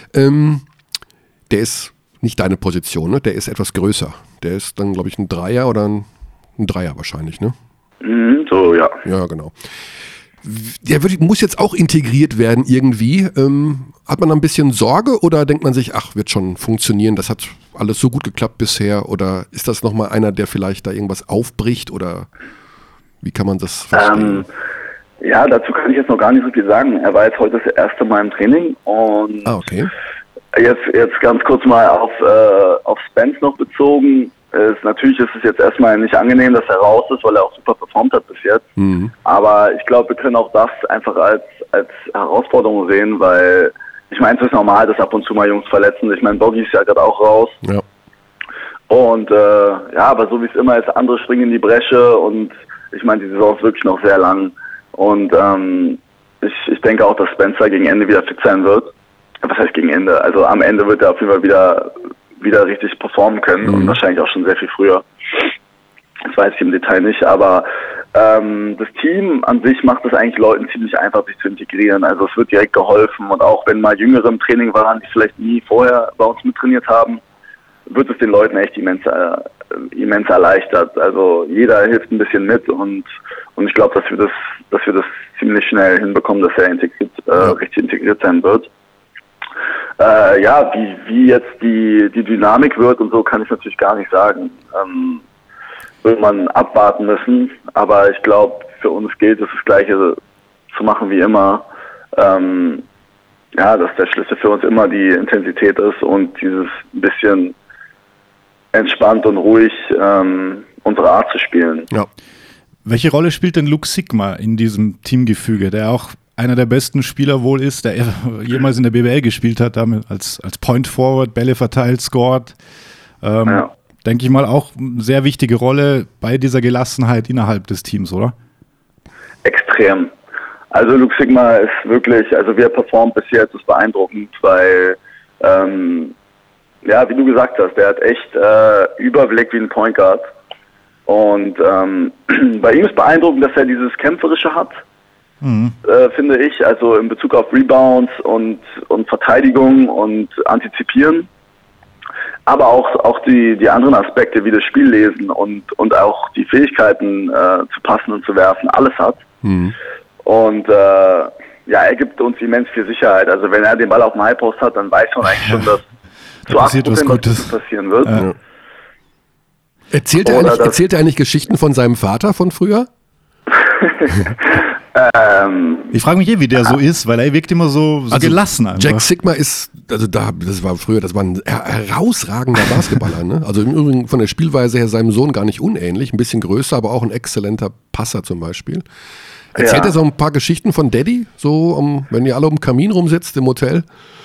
Der ist nicht deine Position, ne? Der ist etwas größer. Der ist dann, glaube ich, ein Dreier oder ein Dreier wahrscheinlich, ne? So, ja. Ja, genau. Der muss jetzt auch integriert werden irgendwie. Hat man ein bisschen Sorge oder denkt man sich, ach, wird schon funktionieren, das hat alles so gut geklappt bisher? Oder ist das nochmal einer, der vielleicht da irgendwas aufbricht? Oder wie kann man das verstehen? Dazu kann ich jetzt noch gar nicht so viel sagen. Er war jetzt heute das erste Mal im Training und okay. Jetzt ganz kurz mal auf Spence noch bezogen. Natürlich ist es jetzt erstmal nicht angenehm, dass er raus ist, weil er auch super performt hat bis jetzt. Aber ich glaube, wir können auch das einfach als Herausforderung sehen, weil ich meine, es ist normal, dass ab und zu mal Jungs verletzen. Ich meine, Boggy ist ja gerade auch raus. Ja. Und aber so wie es immer ist, andere springen in die Bresche und ich meine, die Saison ist wirklich noch sehr lang. Und ich denke auch, dass Spencer gegen Ende wieder fit sein wird. Was heißt gegen Ende? Also am Ende wird er auf jeden Fall wieder richtig performen können und wahrscheinlich auch schon sehr viel früher. Das weiß ich im Detail nicht, aber das Team an sich macht es eigentlich Leuten ziemlich einfach, sich zu integrieren. Also es wird direkt geholfen und auch wenn mal Jüngere im Training waren, die vielleicht nie vorher bei uns mittrainiert haben, wird es den Leuten echt immens erleichtert. Also jeder hilft ein bisschen mit und ich glaube, dass wir das ziemlich schnell hinbekommen, dass er richtig integriert sein wird. Wie jetzt die Dynamik wird und so, kann ich natürlich gar nicht sagen. Wird man abwarten müssen, aber ich glaube, für uns gilt es, das Gleiche zu machen wie immer. Dass der Schlüssel für uns immer die Intensität ist und dieses bisschen entspannt und ruhig unsere Art zu spielen. Ja. Welche Rolle spielt denn Luke Sigma in diesem Teamgefüge, der auch einer der besten Spieler wohl ist, der jemals in der BBL gespielt hat, damit als Point Forward, Bälle verteilt, scored. Denke ich mal auch eine sehr wichtige Rolle bei dieser Gelassenheit innerhalb des Teams, oder? Extrem. Also Luke Sigma ist wirklich, also wie er performt bis jetzt, ist beeindruckend, weil, wie du gesagt hast, der hat echt Überblick wie ein Point Guard. Und bei ihm ist beeindruckend, dass er dieses Kämpferische hat, finde ich, also in Bezug auf Rebounds und Verteidigung und Antizipieren. Aber auch die anderen Aspekte wie das Spiel lesen und auch die Fähigkeiten zu passen und zu werfen, alles hat. Und er gibt uns immens viel Sicherheit. Also wenn er den Ball auf dem Highpost hat, dann weiß man eigentlich schon, dass zu 8% was passieren wird. Ja. Erzählt er eigentlich Geschichten von seinem Vater von früher? Ich frage mich wie der so ist, weil er wirkt immer so gelassen einfach. Jack Sigma ist, das war ein herausragender Basketballer, ne? Also im Übrigen von der Spielweise her seinem Sohn gar nicht unähnlich, ein bisschen größer, aber auch ein exzellenter Passer zum Beispiel. Erzählt er so ein paar Geschichten von Daddy, so wenn ihr alle um den Kamin rumsitzt im Hotel?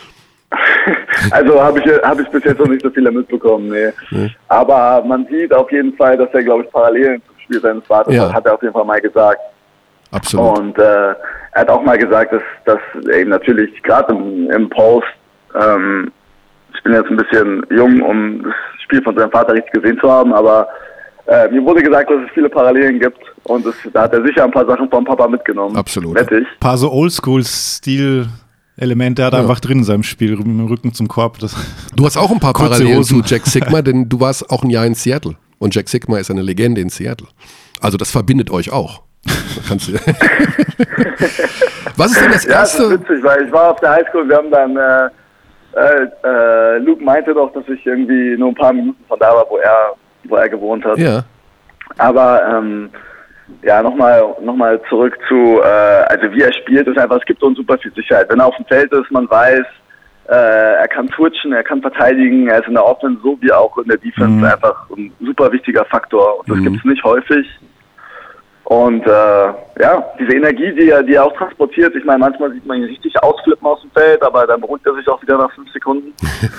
Also habe ich bis jetzt noch nicht so viele mitbekommen, nee. Aber man sieht auf jeden Fall, dass er, glaube ich, Parallelen zum Spiel seines Vaters hat er auf jeden Fall mal gesagt. Absolut. Und er hat auch mal gesagt, dass eben natürlich gerade im Post, ich bin jetzt ein bisschen jung, um das Spiel von seinem Vater richtig gesehen zu haben, aber mir wurde gesagt, dass es viele Parallelen gibt und da hat er sicher ein paar Sachen vom Papa mitgenommen. Absolut. Wette ich. Ein paar so Oldschool-Stil-Elemente hat er einfach drin in seinem Spiel, mit dem Rücken zum Korb. Du hast auch ein paar Parallelen zu Jack Sigma, denn du warst auch ein Jahr in Seattle und Jack Sigma ist eine Legende in Seattle. Also das verbindet euch auch. Kannst du Was ist denn das Erste? Ja, das ist witzig, weil ich war auf der Highschool, wir haben dann Luke meinte doch, dass ich irgendwie nur ein paar Minuten von da war, wo er gewohnt hat. Ja. Aber nochmal zurück zu, also wie er spielt, ist einfach, es gibt uns super viel Sicherheit. Wenn er auf dem Feld ist, man weiß, er kann switchen, er kann verteidigen, er ist in der Offense so wie auch in der Defense einfach ein super wichtiger Faktor. Und das gibt es nicht häufig. Und diese Energie, die er auch transportiert, ich meine, manchmal sieht man ihn richtig ausflippen aus dem Feld, aber dann beruhigt er sich auch wieder nach 5 Sekunden.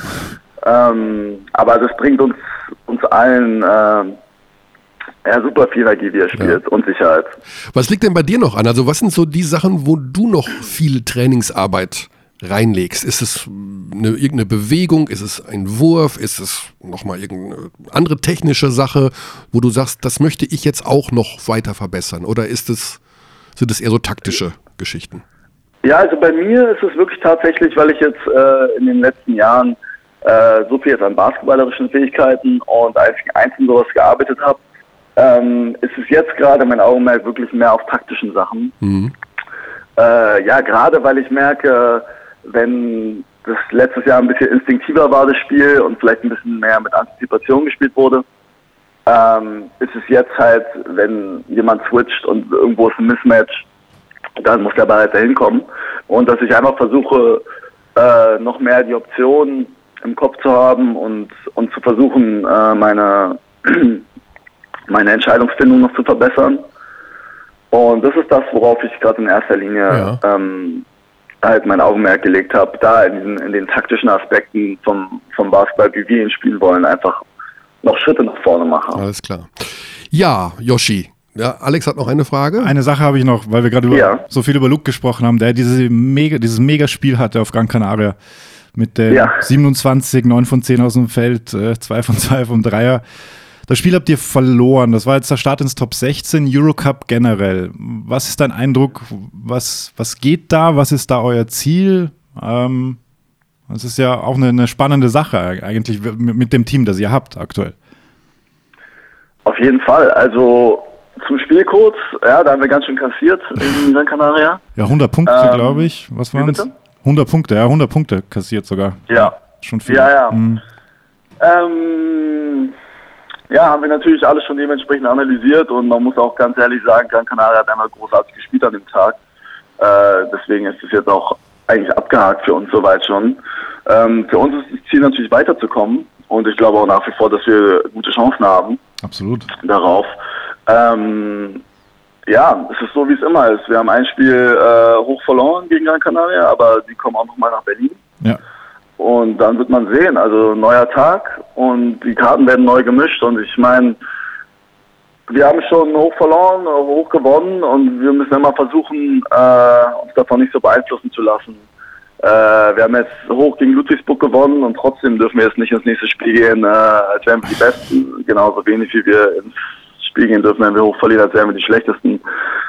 Aber das bringt uns allen super viel Energie, wie er spielt, und Sicherheit. Was liegt denn bei dir noch an? Also was sind so die Sachen, wo du noch viel Trainingsarbeit reinlegst? Ist es irgendeine Bewegung? Ist es ein Wurf? Ist es nochmal irgendeine andere technische Sache, wo du sagst, das möchte ich jetzt auch noch weiter verbessern? Oder sind es eher so taktische Geschichten? Ja, also bei mir ist es wirklich tatsächlich, weil ich jetzt in den letzten Jahren so viel jetzt an basketballerischen Fähigkeiten und einzeln sowas gearbeitet habe, ist es jetzt gerade mein Augenmerk wirklich mehr auf taktischen Sachen. Gerade weil ich merke, wenn das letztes Jahr ein bisschen instinktiver war, das Spiel, und vielleicht ein bisschen mehr mit Antizipation gespielt wurde, ist es jetzt halt, wenn jemand switcht und irgendwo ist ein Mismatch, dann muss der Ball halt dahin kommen. Und dass ich einfach versuche, noch mehr die Optionen im Kopf zu haben und zu versuchen, meine Entscheidungsfindung noch zu verbessern. Und das ist das, worauf ich gerade in erster Linie halt mein Augenmerk gelegt habe, da in den taktischen Aspekten vom Basketball, wie wir ihn spielen wollen, einfach noch Schritte nach vorne machen. Alles klar. Ja, Yoshi. Ja, Alex hat noch eine Frage. Eine Sache habe ich noch, weil wir gerade so viel über Luke gesprochen haben, der dieses Mega-Spiel hatte auf Gran Canaria mit 27, 9 von 10 aus dem Feld, 2 von 2 vom Dreier. Das Spiel habt ihr verloren. Das war jetzt der Start ins Top 16, Eurocup generell. Was ist dein Eindruck? Was geht da? Was ist da euer Ziel? Das ist ja auch eine spannende Sache eigentlich mit dem Team, das ihr habt aktuell. Auf jeden Fall. Also zum Spiel kurz, ja, da haben wir ganz schön kassiert in Gran Canaria. Ja, 100 Punkte, glaube ich. Was waren es? 100 Punkte, ja, 100 Punkte kassiert sogar. Ja. Schon viel. Ja. Ja, haben wir natürlich alles schon dementsprechend analysiert und man muss auch ganz ehrlich sagen, Gran Canaria hat einmal großartig gespielt an dem Tag. Deswegen ist es jetzt auch eigentlich abgehakt für uns soweit schon. Für uns ist das Ziel natürlich weiterzukommen und ich glaube auch nach wie vor, dass wir gute Chancen haben. Absolut. Darauf. Ja, es ist so, wie es immer ist. Wir haben ein Spiel hoch verloren gegen Gran Canaria, aber die kommen auch nochmal nach Berlin. Ja. Und dann wird man sehen, also neuer Tag und die Karten werden neu gemischt und ich meine, wir haben schon hoch verloren, hoch gewonnen und wir müssen immer versuchen, uns davon nicht so beeinflussen zu lassen. Wir haben jetzt hoch gegen Ludwigsburg gewonnen und trotzdem dürfen wir jetzt nicht ins nächste Spiel gehen, als wären wir die Besten. Genauso wenig wie wir ins Spiel gehen dürfen, wenn wir hoch verlieren, als wären wir die Schlechtesten.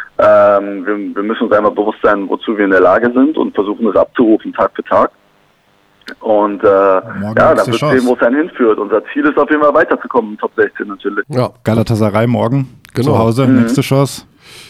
Wir müssen uns einmal bewusst sein, wozu wir in der Lage sind und versuchen, das abzurufen, Tag für Tag. Und dann wird sehen, wo es einen hinführt. Unser Ziel ist auf jeden Fall weiterzukommen im Top 16 natürlich. Ja, Galatasaray morgen zu Hause, nächste Chance.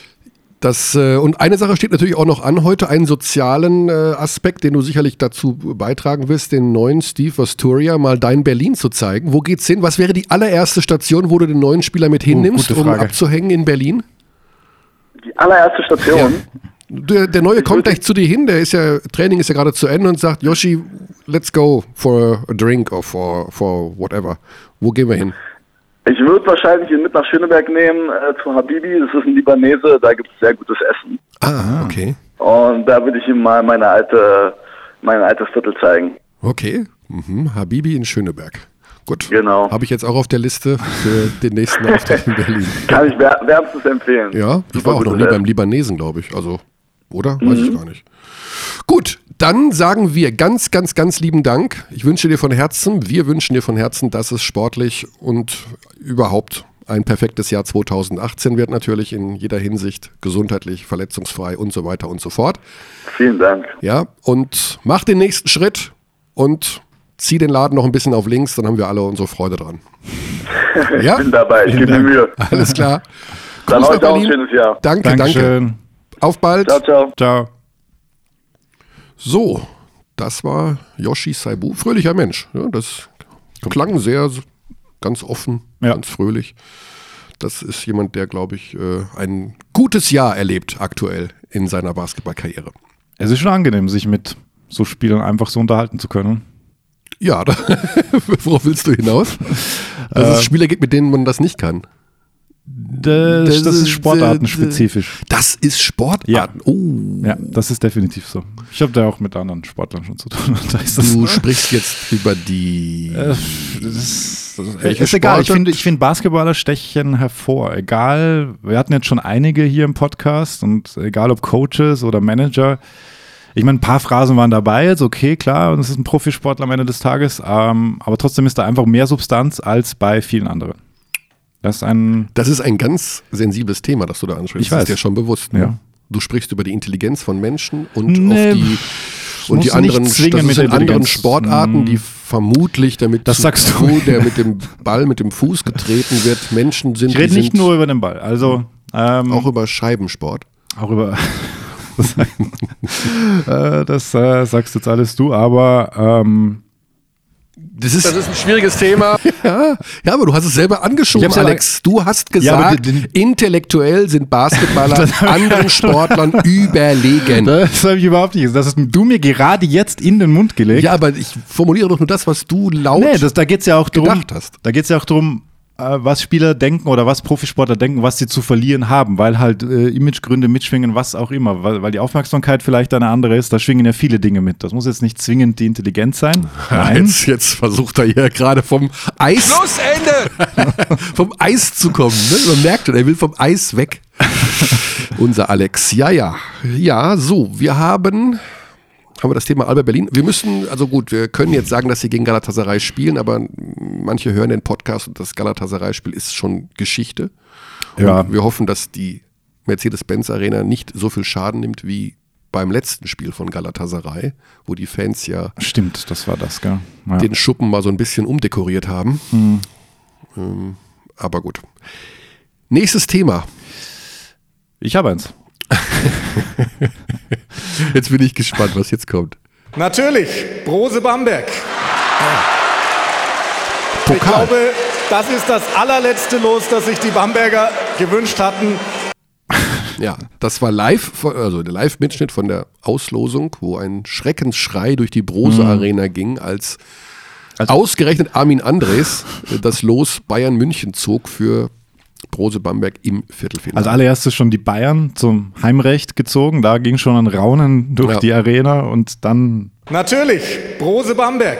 Und eine Sache steht natürlich auch noch an heute, einen sozialen Aspekt, den du sicherlich dazu beitragen wirst, den neuen Steve Vasturia mal dein Berlin zu zeigen. Wo geht's hin? Was wäre die allererste Station, wo du den neuen Spieler mit hinnimmst, um abzuhängen in Berlin? Die allererste Station? Ja. Der Neue kommt gleich zu dir hin, Training ist ja gerade zu Ende und sagt, Yoshi, let's go for a drink or for whatever. Wo gehen wir hin? Ich würde wahrscheinlich ihn mit nach Schöneberg nehmen, zu Habibi, das ist ein Libanese, da gibt es sehr gutes Essen. Ah, okay. Und da würde ich ihm mal mein altes Viertel zeigen. Okay, Habibi in Schöneberg. Gut, genau. Habe ich jetzt auch auf der Liste für den nächsten Auftritt in Berlin. Kann ich wärmstens empfehlen. Ja, ich war auch noch nie beim Libanesen, glaube ich, also... Oder? Weiß ich gar nicht. Gut, dann sagen wir ganz, ganz, ganz lieben Dank. Ich wünsche dir von Herzen, wir wünschen dir von Herzen, dass es sportlich und überhaupt ein perfektes Jahr 2018 wird, natürlich in jeder Hinsicht, gesundheitlich, verletzungsfrei und so weiter und so fort. Vielen Dank. Ja, und mach den nächsten Schritt und zieh den Laden noch ein bisschen auf links, dann haben wir alle unsere Freude dran. Ja? Ich bin dabei, ich gebe mir Mühe. Alles klar. Dann euch auch ein schönes Jahr. Danke. Auf bald. Ciao. So, das war Yoshi Saibu. Fröhlicher Mensch. Ja, das klang sehr, ganz offen, ganz fröhlich. Das ist jemand, der, glaube ich, ein gutes Jahr erlebt aktuell in seiner Basketballkarriere. Es ist schon angenehm, sich mit so Spielern einfach so unterhalten zu können. Ja, worauf willst du hinaus? Dass es Spieler gibt, mit denen man das nicht kann. Das ist sportartenspezifisch. Das ist Sportarten? Ja. Oh. Ja, das ist definitiv so. Ich habe da auch mit anderen Sportlern schon zu tun. Du sprichst jetzt über die... ist egal, ich finde Basketballer stechen hervor. Egal, wir hatten jetzt schon einige hier im Podcast und egal ob Coaches oder Manager. Ich meine, ein paar Phrasen waren dabei, jetzt okay, klar, und es ist ein Profisportler am Ende des Tages, aber trotzdem ist da einfach mehr Substanz als bei vielen anderen. Das ist ein ganz sensibles Thema, das du da ansprichst. Ich weiß. Das ist dir schon bewusst. Ne? Ja. Du sprichst über die Intelligenz von Menschen und die anderen, das sind anderen Sportarten, die vermutlich damit der mit dem Ball, mit dem Fuß getreten wird, Menschen sind. Ich rede nicht nur über den Ball, also auch über Scheibensport. Auch über das sagst jetzt alles du, aber das ist ein schwieriges Thema. Ja, aber du hast es selber angeschoben, Alex. Du hast gesagt, intellektuell sind Basketballer anderen Sportlern überlegen. Das habe ich überhaupt nicht gesagt. Das hast du mir gerade jetzt in den Mund gelegt. Ja, aber ich formuliere doch nur das, was du laut da geht's ja auch gedacht hast. Da geht es ja auch darum, was Spieler denken oder was Profisportler denken, was sie zu verlieren haben, weil halt Imagegründe mitschwingen, was auch immer, weil die Aufmerksamkeit vielleicht eine andere ist, da schwingen ja viele Dinge mit. Das muss jetzt nicht zwingend die Intelligenz sein. Nein. Jetzt versucht er hier gerade vom Eis vom Eis zu kommen. Ne? Man merkt schon, er will vom Eis weg. Unser Alex. Ja, so, wir haben haben wir das Thema Alba Berlin. Wir müssen, also gut, wir können jetzt sagen, dass sie gegen Galatasaray spielen, aber manche hören den Podcast und das Galatasaray-Spiel ist schon Geschichte. Ja. Und wir hoffen, dass die Mercedes-Benz Arena nicht so viel Schaden nimmt wie beim letzten Spiel von Galatasaray, wo die Fans ja Stimmt, das war das, gell? Ja. den Schuppen mal so ein bisschen umdekoriert haben. Aber gut. Nächstes Thema. Ich habe eins. Jetzt bin ich gespannt, was jetzt kommt. Natürlich, Brose Bamberg. Pokal. Ich glaube, das ist das allerletzte Los, das sich die Bamberger gewünscht hatten. Ja, das war live, also der Live-Mitschnitt von der Auslosung, wo ein Schreckensschrei durch die Brose Arena ging, als ausgerechnet Armin Andres das Los Bayern München zog für Brose Bamberg im Viertelfinale. Als allererstes schon die Bayern zum Heimrecht gezogen, da ging schon ein Raunen durch die Arena und dann... Natürlich, Brose Bamberg.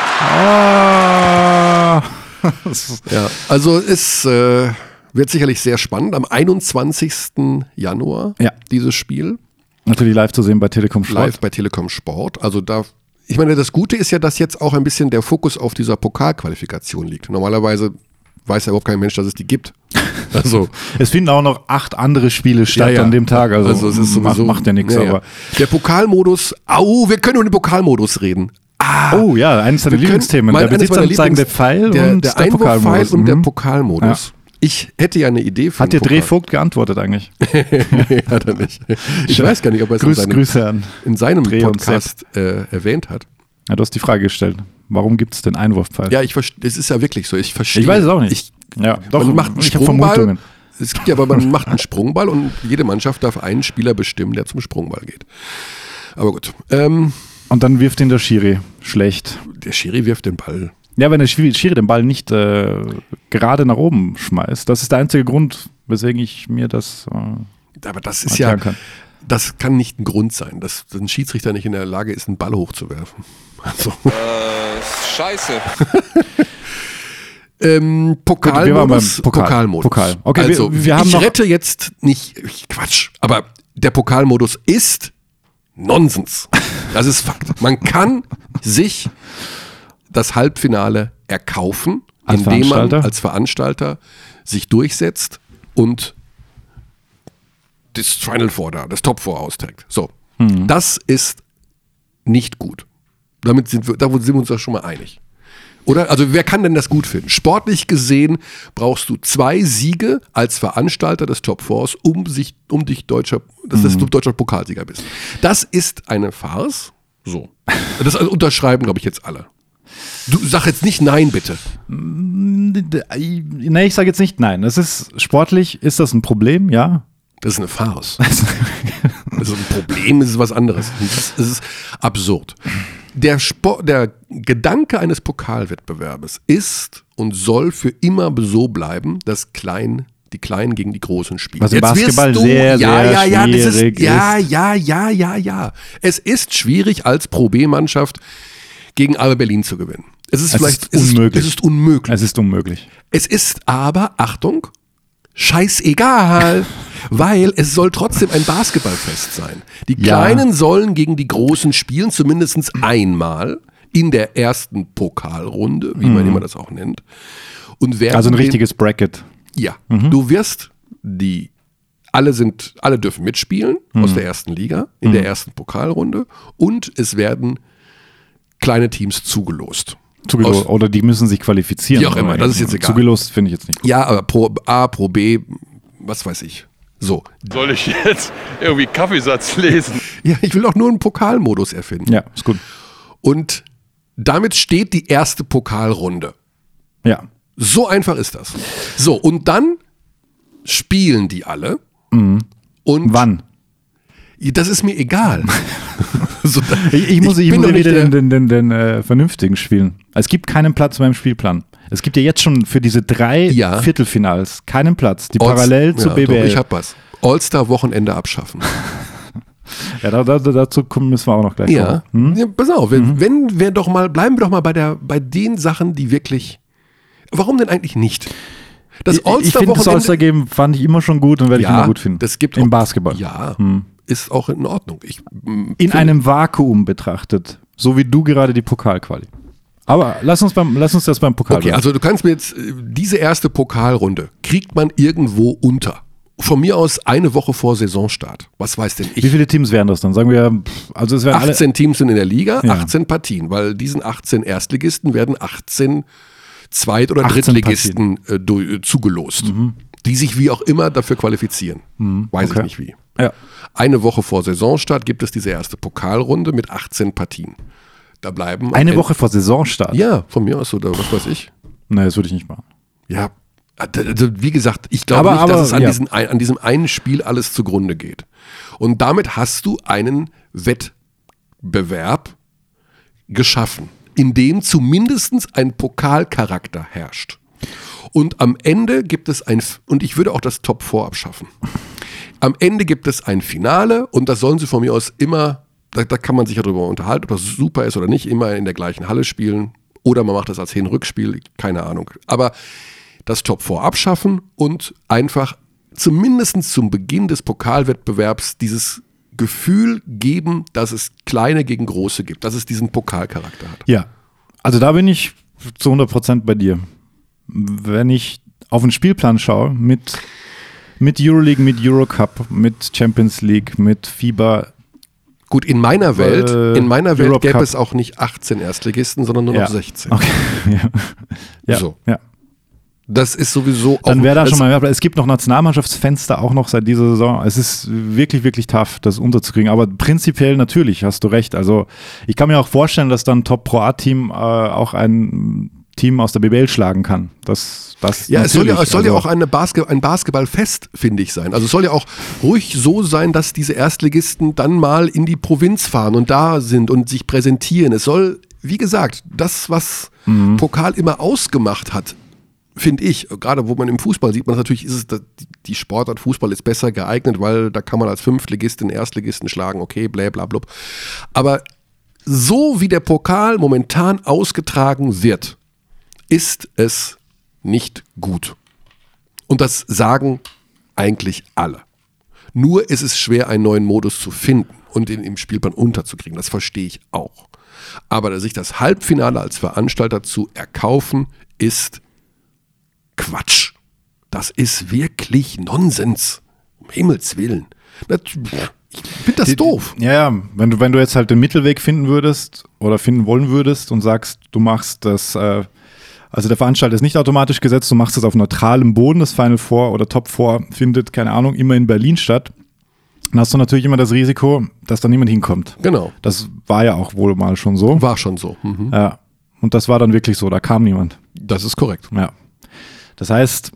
Ah. Ja, also es wird sicherlich sehr spannend. Am 21. Januar dieses Spiel. Natürlich live zu sehen bei Telekom Sport. Live bei Telekom Sport. Also da, ich meine, das Gute ist ja, dass jetzt auch ein bisschen der Fokus auf dieser Pokalqualifikation liegt. Normalerweise weiß ja überhaupt kein Mensch, dass es die gibt. Also es finden auch noch 8 andere Spiele statt an dem Tag. Also es ist sowieso, macht ja nichts. Aber der Pokalmodus, wir können über den Pokalmodus reden. Oh ja, eines deiner Lieblingsthemen. Der besitzanzeigende Pfeil und der Pokalmodus. Und der Pokalmodus. Ja. Ich hätte ja eine Idee für Hat der Drehvogt geantwortet eigentlich? Hat er nicht. Ich weiß gar nicht, ob er es in seinem Podcast erwähnt hat. Ja, du hast die Frage gestellt. Warum gibt es den Einwurfpfeil? Ja, es ist ja wirklich so. Ich verstehe. Ich weiß es auch nicht. Man macht einen Sprungball. Es gibt ja, aber man macht einen Sprungball und jede Mannschaft darf einen Spieler bestimmen, der zum Sprungball geht. Aber gut. Und dann wirft ihn der Schiri schlecht. Der Schiri wirft den Ball. Ja, wenn der Schiri den Ball nicht gerade nach oben schmeißt, das ist der einzige Grund, weswegen ich mir das aber das ist ja, das kann nicht ein Grund sein, dass ein Schiedsrichter nicht in der Lage ist, einen Ball hochzuwerfen. Also. Scheiße. Pokalmodus. Pokal. Okay, also, wir haben ich rette jetzt nicht, Quatsch, aber der Pokalmodus ist Nonsens. Das ist Fakt. Man kann sich das Halbfinale erkaufen, indem man als Veranstalter sich durchsetzt und das Final Four das Top 4 austrägt. So, das ist nicht gut. Da sind wir uns doch schon mal einig. Oder? Also wer kann denn das gut finden? Sportlich gesehen brauchst du 2 Siege als Veranstalter des Top 4s, um dich deutscher Pokalsieger bist. Das ist eine Farce. So. Das unterschreiben, glaube ich, jetzt alle. Du sag jetzt nicht nein, bitte. Nee, ich sage jetzt nicht nein. Sportlich ist das ein Problem, ja. Das ist eine Farce. Das ist ein Problem, das ist was anderes. Das ist absurd. Der Gedanke eines Pokalwettbewerbes ist und soll für immer so bleiben, dass die Kleinen gegen die Großen spielen. Was im Basketball sehr schwierig ist. Ja. Es ist schwierig, als Pro B-Mannschaft gegen Alba Berlin zu gewinnen. Es ist unmöglich. Es ist aber, Achtung, scheißegal, weil es soll trotzdem ein Basketballfest sein. Die Kleinen sollen gegen die Großen spielen, zumindest einmal in der ersten Pokalrunde, wie man immer das auch nennt. Und also ein richtiges Bracket. Ja, du wirst alle dürfen mitspielen aus der ersten Liga, in der ersten Pokalrunde und es werden kleine Teams zugelost. Oder die müssen sich qualifizieren. Wie auch immer, das ist jetzt egal. Zugelost finde ich jetzt nicht gut. Ja, aber Pro A, Pro B, was weiß ich. So. Soll ich jetzt irgendwie Kaffeesatz lesen? Ja, ich will auch nur einen Pokalmodus erfinden. Ja, ist gut. Und damit steht die erste Pokalrunde. Ja. So einfach ist das. So, und dann spielen die alle. Mhm. Und wann? Das ist mir egal. Ich muss wieder den vernünftigen spielen. Es gibt keinen Platz beim Spielplan. Es gibt ja jetzt schon für diese 3 Viertelfinals keinen Platz, die parallel zu BBL. Doch, ich hab was. All-Star-Wochenende abschaffen. Ja, dazu müssen wir auch noch gleich kommen. Ja, pass auf, bleiben wir doch mal bei den Sachen, die wirklich. Warum denn eigentlich nicht? Ich finde das All-Star-Game fand ich immer schon gut und werde ich immer gut finden. Das gibt im Basketball. Ja. ist auch in Ordnung. In einem Vakuum betrachtet, so wie du gerade die Pokalquali. Aber lass uns das beim Pokal. Okay, also du kannst mir jetzt, diese erste Pokalrunde kriegt man irgendwo unter. Von mir aus eine Woche vor Saisonstart. Was weiß denn ich? Wie viele Teams wären das dann? Sagen wir, also es wären 18 Teams sind in der Liga, 18 Partien, weil diesen 18 Erstligisten werden 18 Zweit- oder Drittligisten zugelost, die sich wie auch immer dafür qualifizieren. Weiß ich nicht wie. Ja. Eine Woche vor Saisonstart gibt es diese erste Pokalrunde mit 18 Partien. Da bleiben eine Woche vor Saisonstart? Ja, von mir aus oder was weiß ich. Nein, das würde ich nicht machen. Ja, also wie gesagt, ich glaube nicht, dass es an diesem einen Spiel alles zugrunde geht. Und damit hast du einen Wettbewerb geschaffen, in dem zumindest ein Pokalcharakter herrscht. Und am Ende gibt es und ich würde auch das Top 4 abschaffen. Am Ende gibt es ein Finale und das sollen sie von mir aus immer, da kann man sich ja darüber unterhalten, ob das super ist oder nicht, immer in der gleichen Halle spielen oder man macht das als Hin-Rückspiel, keine Ahnung. Aber das Top 4 abschaffen und einfach zumindest zum Beginn des Pokalwettbewerbs dieses Gefühl geben, dass es kleine gegen große gibt, dass es diesen Pokalcharakter hat. Ja, also da bin ich zu 100% bei dir. Wenn ich auf den Spielplan schaue, mit Euroleague, mit Eurocup, mit Champions League, mit FIBA. Gut, in meiner Welt gäbe es auch nicht 18 Erstligisten, sondern nur noch 16. Okay. Ja. So. Ja. Das ist sowieso auch. Dann wäre da schon mal, es gibt noch Nationalmannschaftsfenster auch noch seit dieser Saison. Es ist wirklich, wirklich tough, das unterzukriegen. Aber prinzipiell natürlich, hast du recht. Also ich kann mir auch vorstellen, dass dann Top Pro A-Team auch ein Team aus der BBL schlagen kann. Es soll ja auch ein Basketballfest, finde ich, sein. Also es soll ja auch ruhig so sein, dass diese Erstligisten dann mal in die Provinz fahren und da sind und sich präsentieren. Es soll, wie gesagt, das, was Pokal immer ausgemacht hat, finde ich, gerade wo man im Fußball sieht, natürlich ist es, die Sportart Fußball ist besser geeignet, weil da kann man als Fünftligist den Erstligisten schlagen, okay, blablabla. Aber so wie der Pokal momentan ausgetragen wird, ist es nicht gut. Und das sagen eigentlich alle. Nur ist es schwer, einen neuen Modus zu finden und ihn im Spielplan unterzukriegen. Das verstehe ich auch. Aber sich das Halbfinale als Veranstalter zu erkaufen, ist Quatsch. Das ist wirklich Nonsens. Um Himmels Willen. Ich finde das doof. Ja, wenn du jetzt halt den Mittelweg finden würdest oder finden wollen würdest und sagst, du machst das, also der Veranstalter ist nicht automatisch gesetzt, du machst das auf neutralem Boden, das Final Four oder Top 4 findet, keine Ahnung, immer in Berlin statt, dann hast du natürlich immer das Risiko, dass da niemand hinkommt. Genau. Das war ja auch wohl mal schon so. War schon so. Mhm. Ja. Und das war dann wirklich so, da kam niemand. Das ist korrekt. Ja. Das heißt,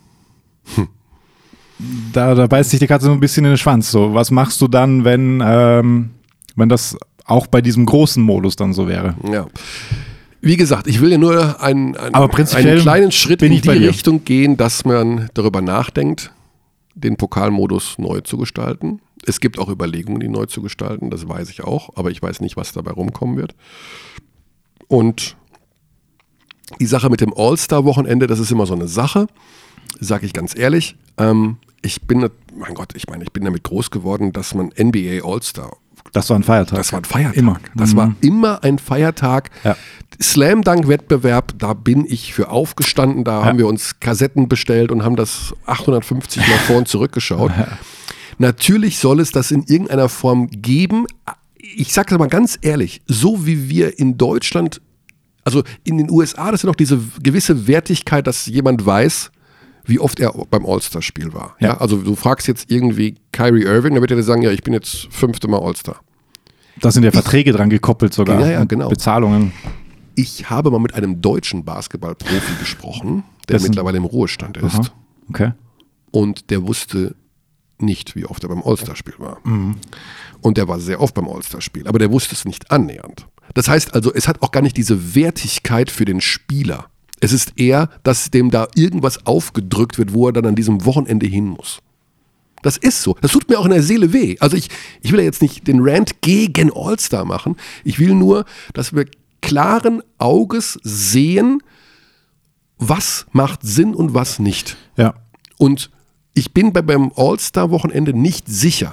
da beißt sich die Katze so ein bisschen in den Schwanz. So, was machst du dann, wenn das auch bei diesem großen Modus dann so wäre? Ja. Wie gesagt, ich will ja nur einen kleinen Schritt in die Richtung gehen, dass man darüber nachdenkt, den Pokalmodus neu zu gestalten. Es gibt auch Überlegungen, die neu zu gestalten, das weiß ich auch, aber ich weiß nicht, was dabei rumkommen wird. Und die Sache mit dem All-Star-Wochenende, das ist immer so eine Sache, sage ich ganz ehrlich. Ich bin damit groß geworden, dass man NBA All-Star. Das war ein Feiertag. Das war ein Feiertag. Immer. Das war immer ein Feiertag. Ja. Slam-Dunk-Wettbewerb, da bin ich für aufgestanden, da haben wir uns Kassetten bestellt und haben das 850 Mal vor und zurückgeschaut. Ja. Natürlich soll es das in irgendeiner Form geben. Ich sage es mal ganz ehrlich, so wie wir in Deutschland, also in den USA, das ist ja noch diese gewisse Wertigkeit, dass jemand weiß, wie oft er beim All-Star-Spiel war. Ja. Also du fragst jetzt irgendwie Kyrie Irving, dann wird er dir sagen, ja, ich bin jetzt 5. Mal All-Star. Da sind ja Verträge dran gekoppelt sogar. Ja, genau. Bezahlungen. Ich habe mal mit einem deutschen Basketballprofi gesprochen, der mittlerweile im Ruhestand ist. Aha. Okay. Und der wusste nicht, wie oft er beim All-Star-Spiel war. Mhm. Und der war sehr oft beim All-Star-Spiel, aber der wusste es nicht annähernd. Das heißt also, es hat auch gar nicht diese Wertigkeit für den Spieler. Es ist eher, dass dem da irgendwas aufgedrückt wird, wo er dann an diesem Wochenende hin muss. Das ist so. Das tut mir auch in der Seele weh. Also ich will ja jetzt nicht den Rant gegen All-Star machen. Ich will nur, dass wir klaren Auges sehen, was macht Sinn und was nicht. Ja. Und ich bin beim All-Star-Wochenende nicht sicher,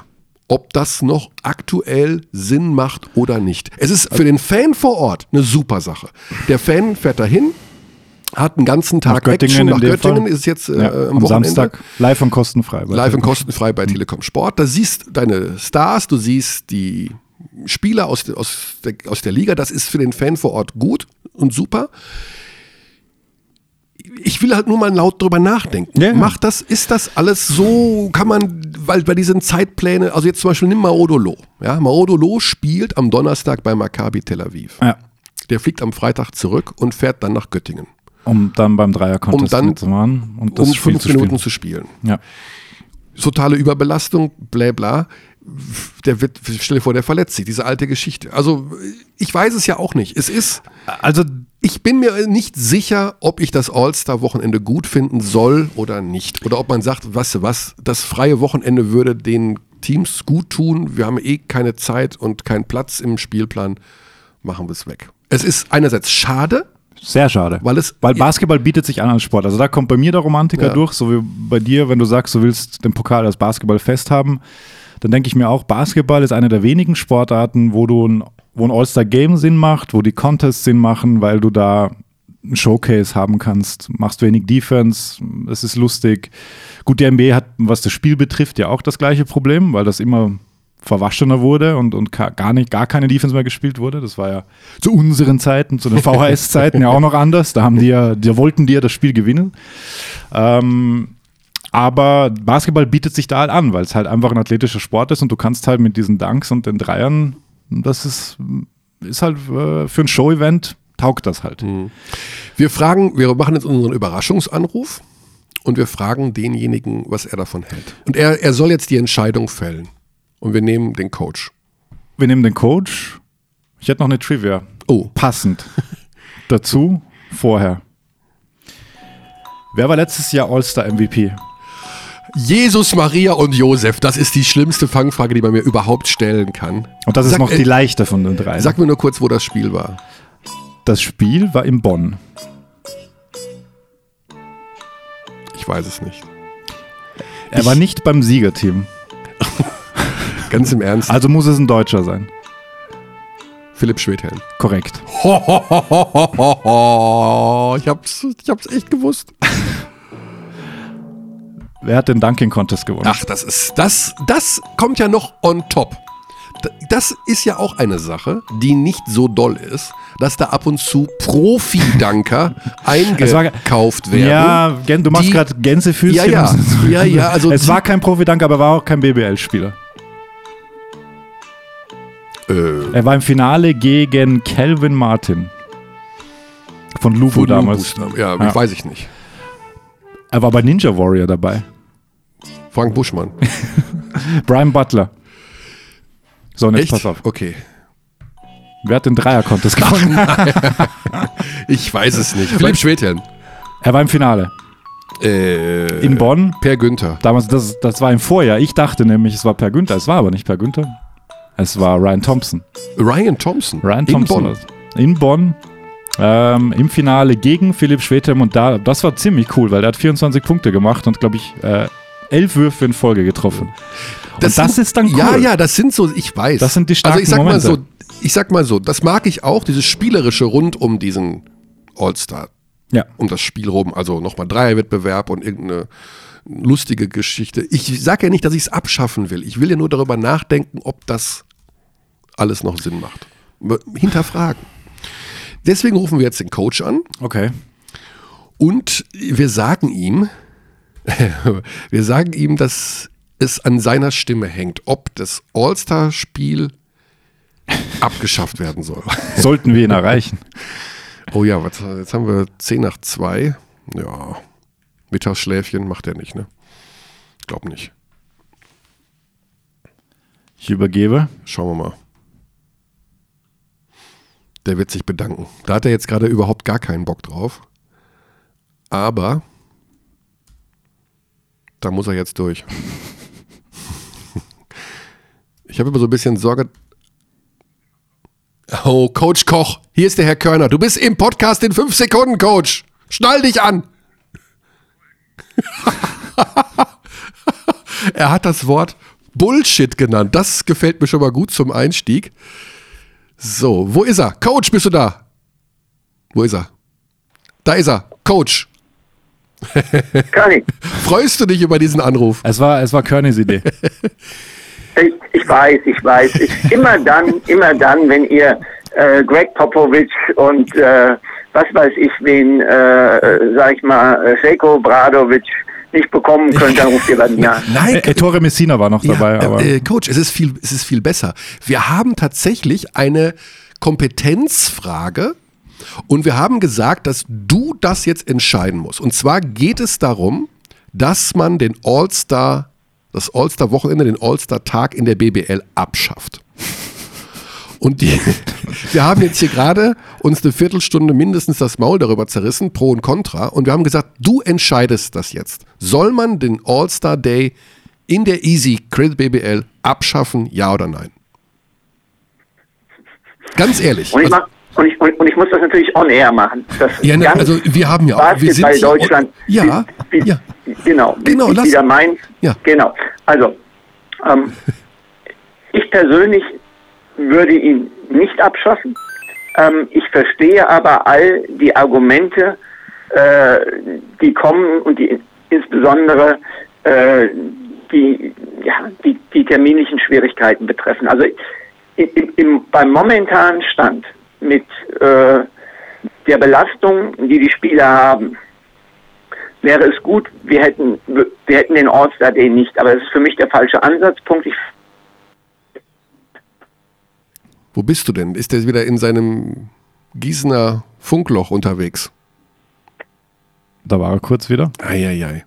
ob das noch aktuell Sinn macht oder nicht. Es ist für den Fan vor Ort eine super Sache. Der Fan fährt dahin, hat einen ganzen Tag Action. Nach Göttingen ist es jetzt am Wochenende. Samstag live und kostenfrei. Live und kostenfrei bei Telekom Sport. Da siehst du deine Stars, du siehst die Spieler aus der Liga. Das ist für den Fan vor Ort gut und super. Ich will halt nur mal laut drüber nachdenken. Ja. Ist das alles so, kann man, weil bei diesen Zeitplänen, also jetzt zum Beispiel nimm Maodolo. Ja, Maodolo spielt am Donnerstag bei Maccabi Tel Aviv. Ja. Der fliegt am Freitag zurück und fährt dann nach Göttingen. Um dann beim Dreier-Contest mitzumachen und das Spiel 5 Minuten zu spielen. Ja. Totale Überbelastung, bla bla. Stell dir vor, der verletzt sich, diese alte Geschichte. Also ich weiß es ja auch nicht. Ich bin mir nicht sicher, ob ich das All-Star-Wochenende gut finden soll oder nicht. Oder ob man sagt, weißt du was, das freie Wochenende würde den Teams gut tun. Wir haben keine Zeit und keinen Platz im Spielplan. Machen wir es weg. Es ist einerseits schade. Sehr schade, weil Basketball bietet sich an als Sport. Also da kommt bei mir der Romantiker durch, so wie bei dir, wenn du sagst, du willst den Pokal als Basketball-Fest haben, dann denke ich mir auch, Basketball ist eine der wenigen Sportarten, wo ein All-Star-Game Sinn macht, wo die Contests Sinn machen, weil du da einen Showcase haben kannst, machst wenig Defense, es ist lustig. Gut, die NBA hat, was das Spiel betrifft, ja auch das gleiche Problem, weil das immer verwaschener wurde und gar keine Defense mehr gespielt wurde. Das war ja zu unseren Zeiten, zu den VHS-Zeiten ja auch noch anders. Da wollten die ja das Spiel gewinnen. Aber Basketball bietet sich da halt an, weil es halt einfach ein athletischer Sport ist und du kannst halt mit diesen Dunks und den Dreiern, das ist halt für ein Show-Event, taugt das halt. Wir machen jetzt unseren Überraschungsanruf und wir fragen denjenigen, was er davon hält. Und er soll jetzt die Entscheidung fällen. Und wir nehmen den Coach. Ich hätte noch eine Trivia. Passend. Dazu vorher. Wer war letztes Jahr All-Star-MVP? Jesus, Maria und Josef. Das ist die schlimmste Fangfrage, die man mir überhaupt stellen kann. Und das ist noch die leichte von den drei. Sag mir nur kurz, wo das Spiel war. Das Spiel war in Bonn. Ich weiß es nicht. Er war nicht beim Siegerteam. Ganz im Ernst. Also muss es ein Deutscher sein. Philipp Schwedhelm. Korrekt. Ich hab's echt gewusst. Wer hat den Dunking Contest gewonnen? Ach, das kommt ja noch on top. Das ist ja auch eine Sache, die nicht so doll ist, dass da ab und zu Profi-Dunker eingekauft werden. Ja, du machst gerade Gänsefüßchen. Ja. Also es war kein Profi-Dunker, aber war auch kein BBL-Spieler. Er war im Finale gegen Calvin Martin. Von Lubu damals. Ja, weiß ich nicht. Er war bei Ninja Warrior dabei. Frank Buschmann. Brian Butler. So, und jetzt pass auf. Okay. Wer hat den Dreier-Contest gewonnen? Ich weiß es nicht. Philipp Schwedhelm. Er war im Finale. In Bonn. Per Günther. Damals, das war im Vorjahr. Ich dachte nämlich, es war Per Günther. Es war aber nicht Per Günther. Es war Ryan Thompson. In Bonn. Im Finale gegen Philipp Schwedhelm und das war ziemlich cool, weil er hat 24 Punkte gemacht und glaube ich 11 Würfe in Folge getroffen. Das ist dann cool. Ja, das sind so, ich weiß. Das sind die starken Momente. Ich sag mal so, das mag ich auch, dieses Spielerische rund um diesen All-Star. Ja. Um das Spiel rum, also nochmal Dreierwettbewerb und irgendeine lustige Geschichte. Ich sage ja nicht, dass ich es abschaffen will. Ich will ja nur darüber nachdenken, ob das alles noch Sinn macht. Hinterfragen. Deswegen rufen wir jetzt den Coach an. Okay. Und wir sagen ihm, dass es an seiner Stimme hängt, ob das All-Star-Spiel abgeschafft werden soll. Sollten wir ihn erreichen. Oh ja, jetzt haben wir 1:10. Ja, Mittagsschläfchen macht er nicht, ne? Glaub nicht. Ich übergebe. Schauen wir mal. Der wird sich bedanken. Da hat er jetzt gerade überhaupt gar keinen Bock drauf. Aber da muss er jetzt durch. Ich habe immer so ein bisschen Sorge. Oh, Coach Koch, hier ist der Herr Körner. Du bist im Podcast in 5 Sekunden, Coach. Schnall dich an. Er hat das Wort Bullshit genannt. Das gefällt mir schon mal gut zum Einstieg. So, wo ist er? Coach, bist du da? Wo ist er? Da ist er. Coach. Körny. Freust du dich über diesen Anruf? Es war Környs Idee. Ich weiß. Immer dann, wenn ihr Greg Popovich und was weiß ich wen, sag ich mal, Željko Obradović nicht bekommen könnt, dann ruft ihr bei mir an. Nein, Ettore Messina war noch dabei. Aber Coach, es ist viel besser. Wir haben tatsächlich eine Kompetenzfrage und wir haben gesagt, dass du das jetzt entscheiden musst. Und zwar geht es darum, dass man das All-Star-Wochenende, den All-Star-Tag in der BBL abschafft. Und wir haben jetzt hier gerade uns eine Viertelstunde mindestens das Maul darüber zerrissen, Pro und Contra. Und wir haben gesagt, du entscheidest das jetzt. Soll man den All-Star Day in der Easy Credit BBL abschaffen, ja oder nein? Ganz ehrlich. Und ich muss das natürlich on-air machen. Also wir haben ja auch... Wir sind bei Deutschland. Ja. Genau, wieder meins. Ja. Genau. Also, ich persönlich würde ihn nicht abschaffen. Ich verstehe aber all die Argumente, die kommen und die insbesondere die terminlichen Schwierigkeiten betreffen. Also beim momentanen Stand mit der Belastung, die Spieler haben, wäre es gut, wir hätten den All-Star Day nicht. Aber das ist für mich der falsche Ansatzpunkt. Wo bist du denn? Ist der wieder in seinem Gießener Funkloch unterwegs? Da war er kurz wieder. Eieiei.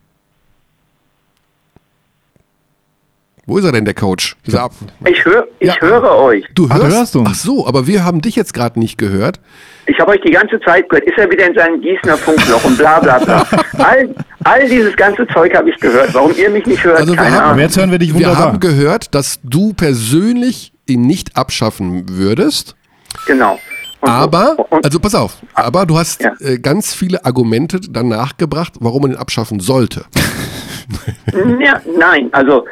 Wo ist er denn, der Coach? Ich höre euch. Du hörst uns? Ach so, aber wir haben dich jetzt gerade nicht gehört. Ich habe euch die ganze Zeit gehört. Ist er wieder in seinem Gießener Funkloch und bla bla bla. All dieses ganze Zeug habe ich gehört. Warum ihr mich nicht hört, keine Ahnung. Jetzt hören wir dich wunderbar. Wir haben gehört, dass du persönlich ihn nicht abschaffen würdest. Genau. Also pass auf, aber du hast ganz viele Argumente danach gebracht, warum man ihn abschaffen sollte. Ja, nein, also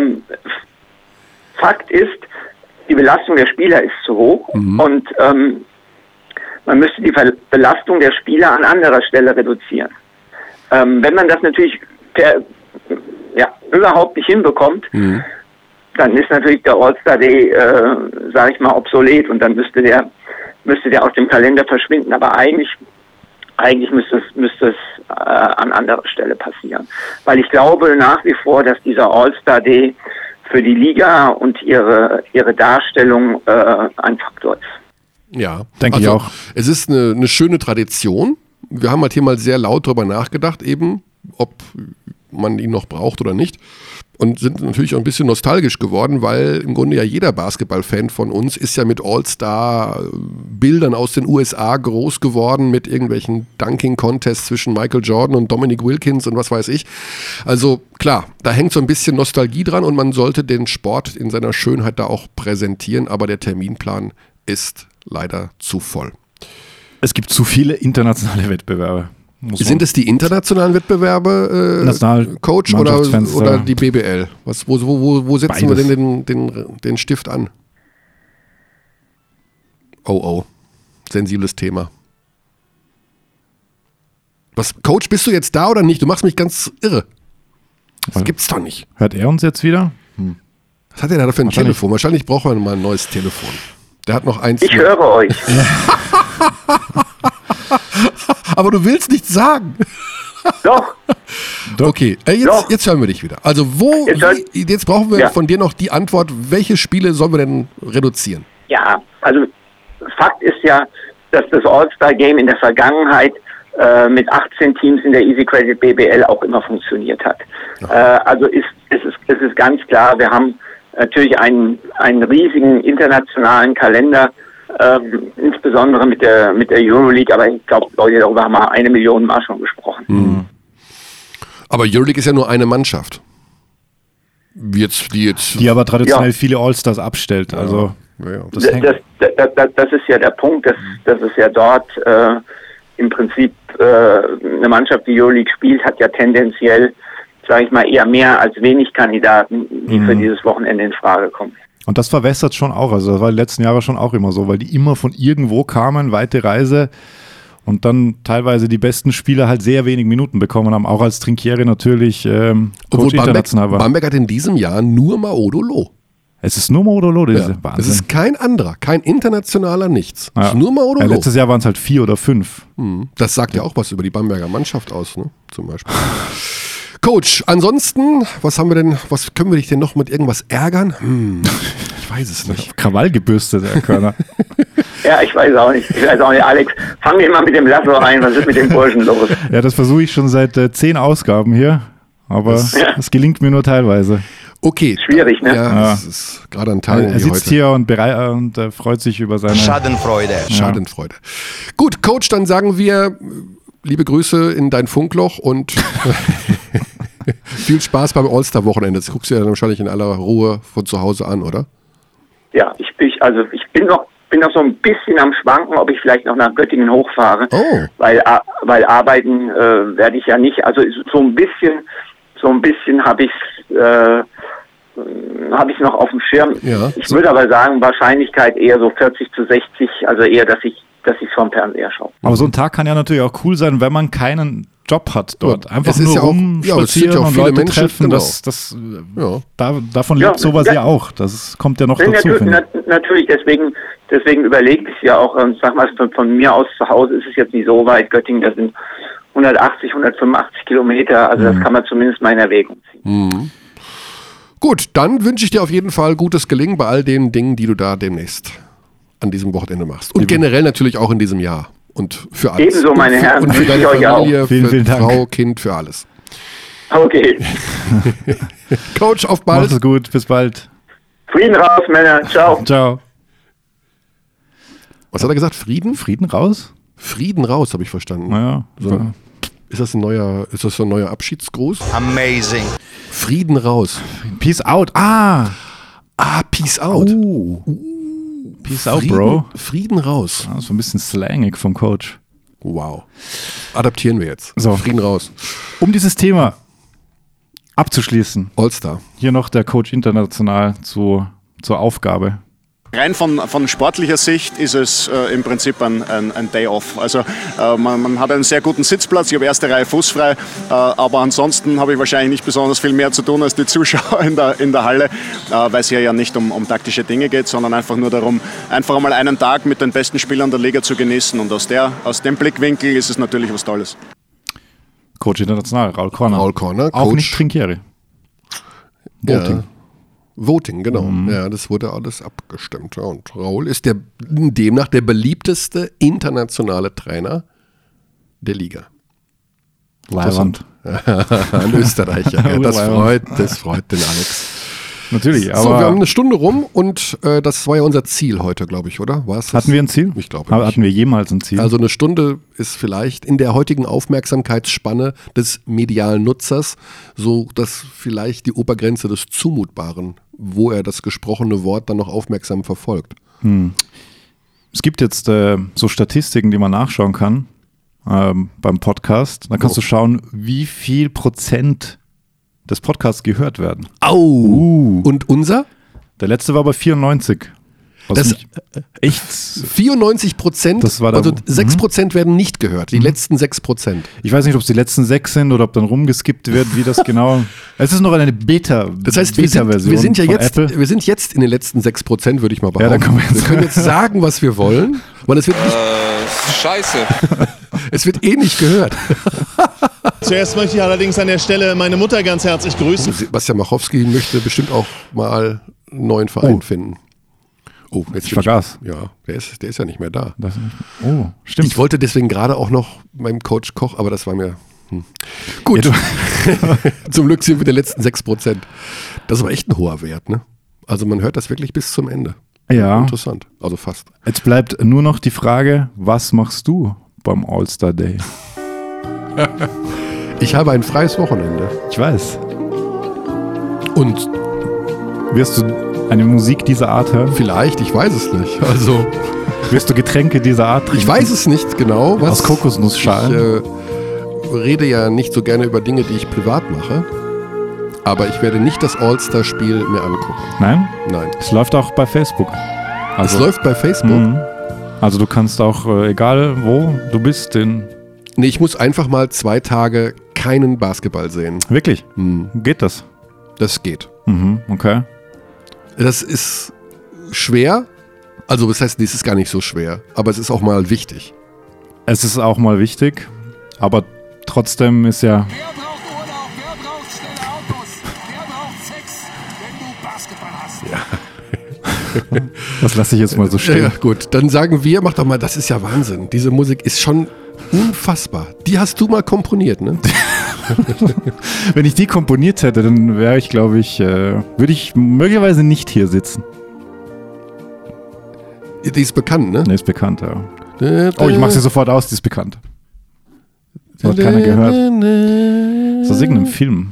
Fakt ist, die Belastung der Spieler ist zu hoch und man müsste die Belastung der Spieler an anderer Stelle reduzieren. Wenn man das natürlich überhaupt nicht hinbekommt, dann ist natürlich der All-Star Day, sage ich mal, obsolet und dann müsste der aus dem Kalender verschwinden. Aber eigentlich müsste es an anderer Stelle passieren. Weil ich glaube nach wie vor, dass dieser All-Star Day für die Liga und ihre Darstellung ein Faktor ist. Ja, denke ich auch. Es ist eine schöne Tradition. Wir haben halt hier mal sehr laut drüber nachgedacht, eben, ob man ihn noch braucht oder nicht. Und sind natürlich auch ein bisschen nostalgisch geworden, weil im Grunde ja jeder Basketballfan von uns ist ja mit All-Star-Bildern aus den USA groß geworden, mit irgendwelchen Dunking-Contests zwischen Michael Jordan und Dominic Wilkins und was weiß ich. Also klar, da hängt so ein bisschen Nostalgie dran und man sollte den Sport in seiner Schönheit da auch präsentieren, aber der Terminplan ist leider zu voll. Es gibt zu viele internationale Wettbewerbe. Sind es die internationalen Wettbewerbe, Coach, oder die BBL? Wo setzen wir denn den Stift an? Oh, sensibles Thema. Coach, bist du jetzt da oder nicht? Du machst mich ganz irre. Das gibt's doch nicht. Hört er uns jetzt wieder? Was hat er da für ein Telefon? Wahrscheinlich braucht er mal ein neues Telefon. Der hat noch eins. Ich höre euch. Aber du willst nichts sagen. Doch. Okay, jetzt hören wir dich wieder. Also jetzt brauchen wir von dir noch die Antwort, welche Spiele sollen wir denn reduzieren? Ja, also Fakt ist ja, dass das All-Star-Game in der Vergangenheit mit 18 Teams in der Easy Credit BBL auch immer funktioniert hat. Also es ist ganz klar, wir haben natürlich einen riesigen internationalen Kalender, insbesondere mit der Euroleague, aber ich glaube, Leute, darüber haben wir 1 Million Mal schon gesprochen. Mhm. Aber Euroleague ist ja nur eine Mannschaft. Die aber traditionell viele All-Stars abstellt. Also das ist ja der Punkt, dass es ja dort im Prinzip eine Mannschaft, die Euroleague spielt, hat ja tendenziell sage ich mal, eher mehr als wenig Kandidaten, die für dieses Wochenende in Frage kommen. Und das verwässert schon auch, also das war die letzten Jahre schon auch immer so, weil die immer von irgendwo kamen, weite Reise und dann teilweise die besten Spieler halt sehr wenig Minuten bekommen haben, auch als Trinkieri natürlich Coach international war. Bamberg hat in diesem Jahr nur Maodolo. Es ist nur Maodolo, Wahnsinn. Es ist kein anderer, kein internationaler, nichts. Ja. Es ist nur Maodolo. Ja, letztes Jahr waren es halt 4 oder 5. Das sagt ja auch was über die Bamberger Mannschaft aus, ne? Zum Beispiel. Coach, ansonsten, was können wir dich denn noch mit irgendwas ärgern? Ich weiß es nicht. Krawall gebürstet, Herr Körner. Ja, ich weiß auch nicht. Alex, fang dir mal mit dem Lasso ein. Was ist mit dem Burschen los? Ja, das versuche ich schon seit 10 Ausgaben hier, aber es gelingt mir nur teilweise. Okay. Schwierig, ne? Ja, das ist gerade ein Teil. Er sitzt hier und freut sich über seine Schadenfreude. Schadenfreude. Gut, Coach, dann sagen wir liebe Grüße in dein Funkloch und viel Spaß beim All-Star-Wochenende. Das guckst du ja dann wahrscheinlich in aller Ruhe von zu Hause an, oder? Ja, ich bin noch so ein bisschen am Schwanken, ob ich vielleicht noch nach Göttingen hochfahre. Oh. Weil arbeiten werde ich ja nicht. Also so ein bisschen habe ich noch auf dem Schirm. Ja. Ich würde aber sagen, Wahrscheinlichkeit eher so 40-60, also eher, dass ich vom Fernseher schaue. Aber so ein Tag kann ja natürlich auch cool sein, wenn man keinen Job hat dort. Einfach nur rumspazieren und viele Leute Menschen treffen. Genau. Davon lebt sowas ja auch. Das kommt ja noch dazu. Natürlich, deswegen überlegt es ja auch, sag mal, von mir aus zu Hause ist es jetzt nicht so weit. Göttingen, das sind 180, 185 Kilometer, also das kann man zumindest mal in Erwägung ziehen. Gut, dann wünsche ich dir auf jeden Fall gutes Gelingen bei all den Dingen, die du da demnächst an diesem Wochenende machst. Und generell natürlich auch in diesem Jahr. Und für alles. Ebenso, meine Herren. Und für deine Familie, vielen für Dank. Frau, Kind, für alles. Okay. Coach, auf bald. Mach's gut, bis bald. Frieden raus, Männer. Ciao. Ciao. Was hat er gesagt? Frieden? Frieden raus? Frieden raus, habe ich verstanden. Naja. So. Ist das so ein neuer Abschiedsgruß? Amazing. Frieden raus. Peace out. Peace out. Peace out, Bro. Frieden raus. Ja, so ein bisschen slangig vom Coach. Wow. Adaptieren wir jetzt. So. Frieden raus. Um dieses Thema abzuschließen. All-Star. Hier noch der Coach international zur Aufgabe. Rein von sportlicher Sicht ist es im Prinzip ein Day off. Also man hat einen sehr guten Sitzplatz, ich habe erste Reihe fußfrei, aber ansonsten habe ich wahrscheinlich nicht besonders viel mehr zu tun als die Zuschauer in der Halle, weil es hier ja nicht um taktische Dinge geht, sondern einfach nur darum, einfach einmal einen Tag mit den besten Spielern der Liga zu genießen und aus dem Blickwinkel ist es natürlich was Tolles. Coach international, Raul Corner. Auch Coach. nicht Trinkieri. Voting. Ja. Voting, genau. Ja, das wurde alles abgestimmt. Ja, und Raul ist demnach der beliebteste internationale Trainer der Liga. Leihwand. Ein Österreicher. Ja, das freut den Alex. Natürlich, aber... So, wir haben eine Stunde rum und das war ja unser Ziel heute, glaube ich, oder? Hatten wir ein Ziel? Ich glaube nicht. Hatten wir jemals ein Ziel? Also eine Stunde ist vielleicht in der heutigen Aufmerksamkeitsspanne des medialen Nutzers so, dass vielleicht die Obergrenze des Zumutbaren, wo er das gesprochene Wort dann noch aufmerksam verfolgt. Es gibt jetzt so Statistiken, die man nachschauen kann beim Podcast. Da kannst du schauen, wie viel Prozent des Podcasts gehört werden. Und unser? Der letzte war bei 94. Das echt 94%, also 6% werden nicht gehört, die letzten 6%. Ich weiß nicht, ob es die letzten 6 sind oder ob dann rumgeskippt wird, wie das genau. Es ist noch eine Beta. Das heißt, wir sind jetzt in den letzten 6%, würde ich mal behaupten. Ja, wir können jetzt sagen, was wir wollen, weil es wird nicht. Scheiße. Es wird eh nicht gehört. Zuerst möchte ich allerdings an der Stelle meine Mutter ganz herzlich grüßen. Sebastian Machowski möchte bestimmt auch mal einen neuen Verein finden. Oh, jetzt ich vergaß. Ja, der ist ja nicht mehr da. Stimmt. Ich wollte deswegen gerade auch noch meinem Coach Koch, aber das war mir... Gut. Ja, zum Glück sind wir der letzten 6%. Das ist aber echt ein hoher Wert, ne? Also man hört das wirklich bis zum Ende. Ja. Interessant, also fast. Jetzt bleibt nur noch die Frage, was machst du beim All-Star Day? Ich habe ein freies Wochenende. Ich weiß. Und wirst du eine Musik dieser Art hören? Vielleicht, ich weiß es nicht. Also wirst du Getränke dieser Art trinken? Ich weiß es nicht genau. Aus Kokosnussschalen? Ich rede ja nicht so gerne über Dinge, die ich privat mache. Aber ich werde nicht das All-Star-Spiel mir angucken. Nein? Nein. Es läuft auch bei Facebook. Es läuft bei Facebook? Also du kannst auch, egal wo du bist, Nee, ich muss einfach mal 2 Tage keinen Basketball sehen. Wirklich? Geht das? Das geht. Okay. Das ist schwer. Also das heißt, es ist gar nicht so schwer. Aber es ist auch mal wichtig. Es ist auch mal wichtig. Aber trotzdem ist ja... Das lasse ich jetzt mal so stehen. Ja, gut, dann sagen wir, mach doch mal, das ist ja Wahnsinn. Diese Musik ist schon unfassbar. Die hast du mal komponiert, ne? Wenn ich die komponiert hätte, dann wäre ich, glaube ich, würde ich möglicherweise nicht hier sitzen. Die ist bekannt, ne? Die ist bekannt, ja. Oh, ich mache sie sofort aus, die ist bekannt. Das hat keiner gehört. So singen im Film.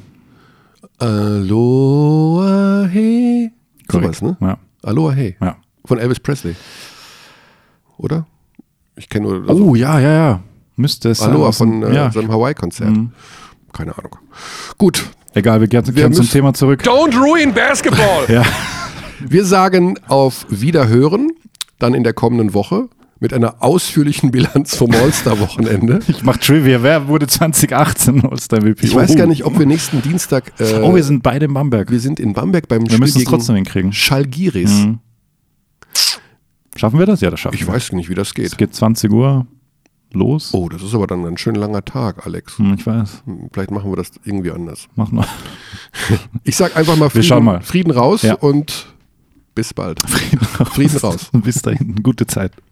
Aloha Hey. Sowas, ne? Ja. Aloha Hey. Ja. Von Elvis Presley. Oder? Ich kenne nur... Also ja. Müsste es sein. Aloha von seinem Hawaii-Konzert. Keine Ahnung. Gut. Egal, wir gehen zum Thema zurück. Don't ruin basketball! Ja. Wir sagen auf Wiederhören, dann in der kommenden Woche, mit einer ausführlichen Bilanz vom All-Star-Wochenende. Ich mache Trivia. Wer wurde 2018 All-Star-MVP? Ich weiß gar nicht, ob wir nächsten Dienstag... wir sind beide in Bamberg. Wir sind in Bamberg beim wir Spiel müssen es gegen trotzdem hinkriegen. Schalgiris. Schaffen wir das? Ja, das schaffen wir. Ich weiß nicht, wie das geht. Es geht 20 Uhr los. Oh, das ist aber dann ein schön langer Tag, Alex. Ich weiß. Vielleicht machen wir das irgendwie anders. Machen wir. Ich sag einfach mal Frieden raus und bis bald. Frieden raus. Frieden raus. Bis dahin. Gute Zeit.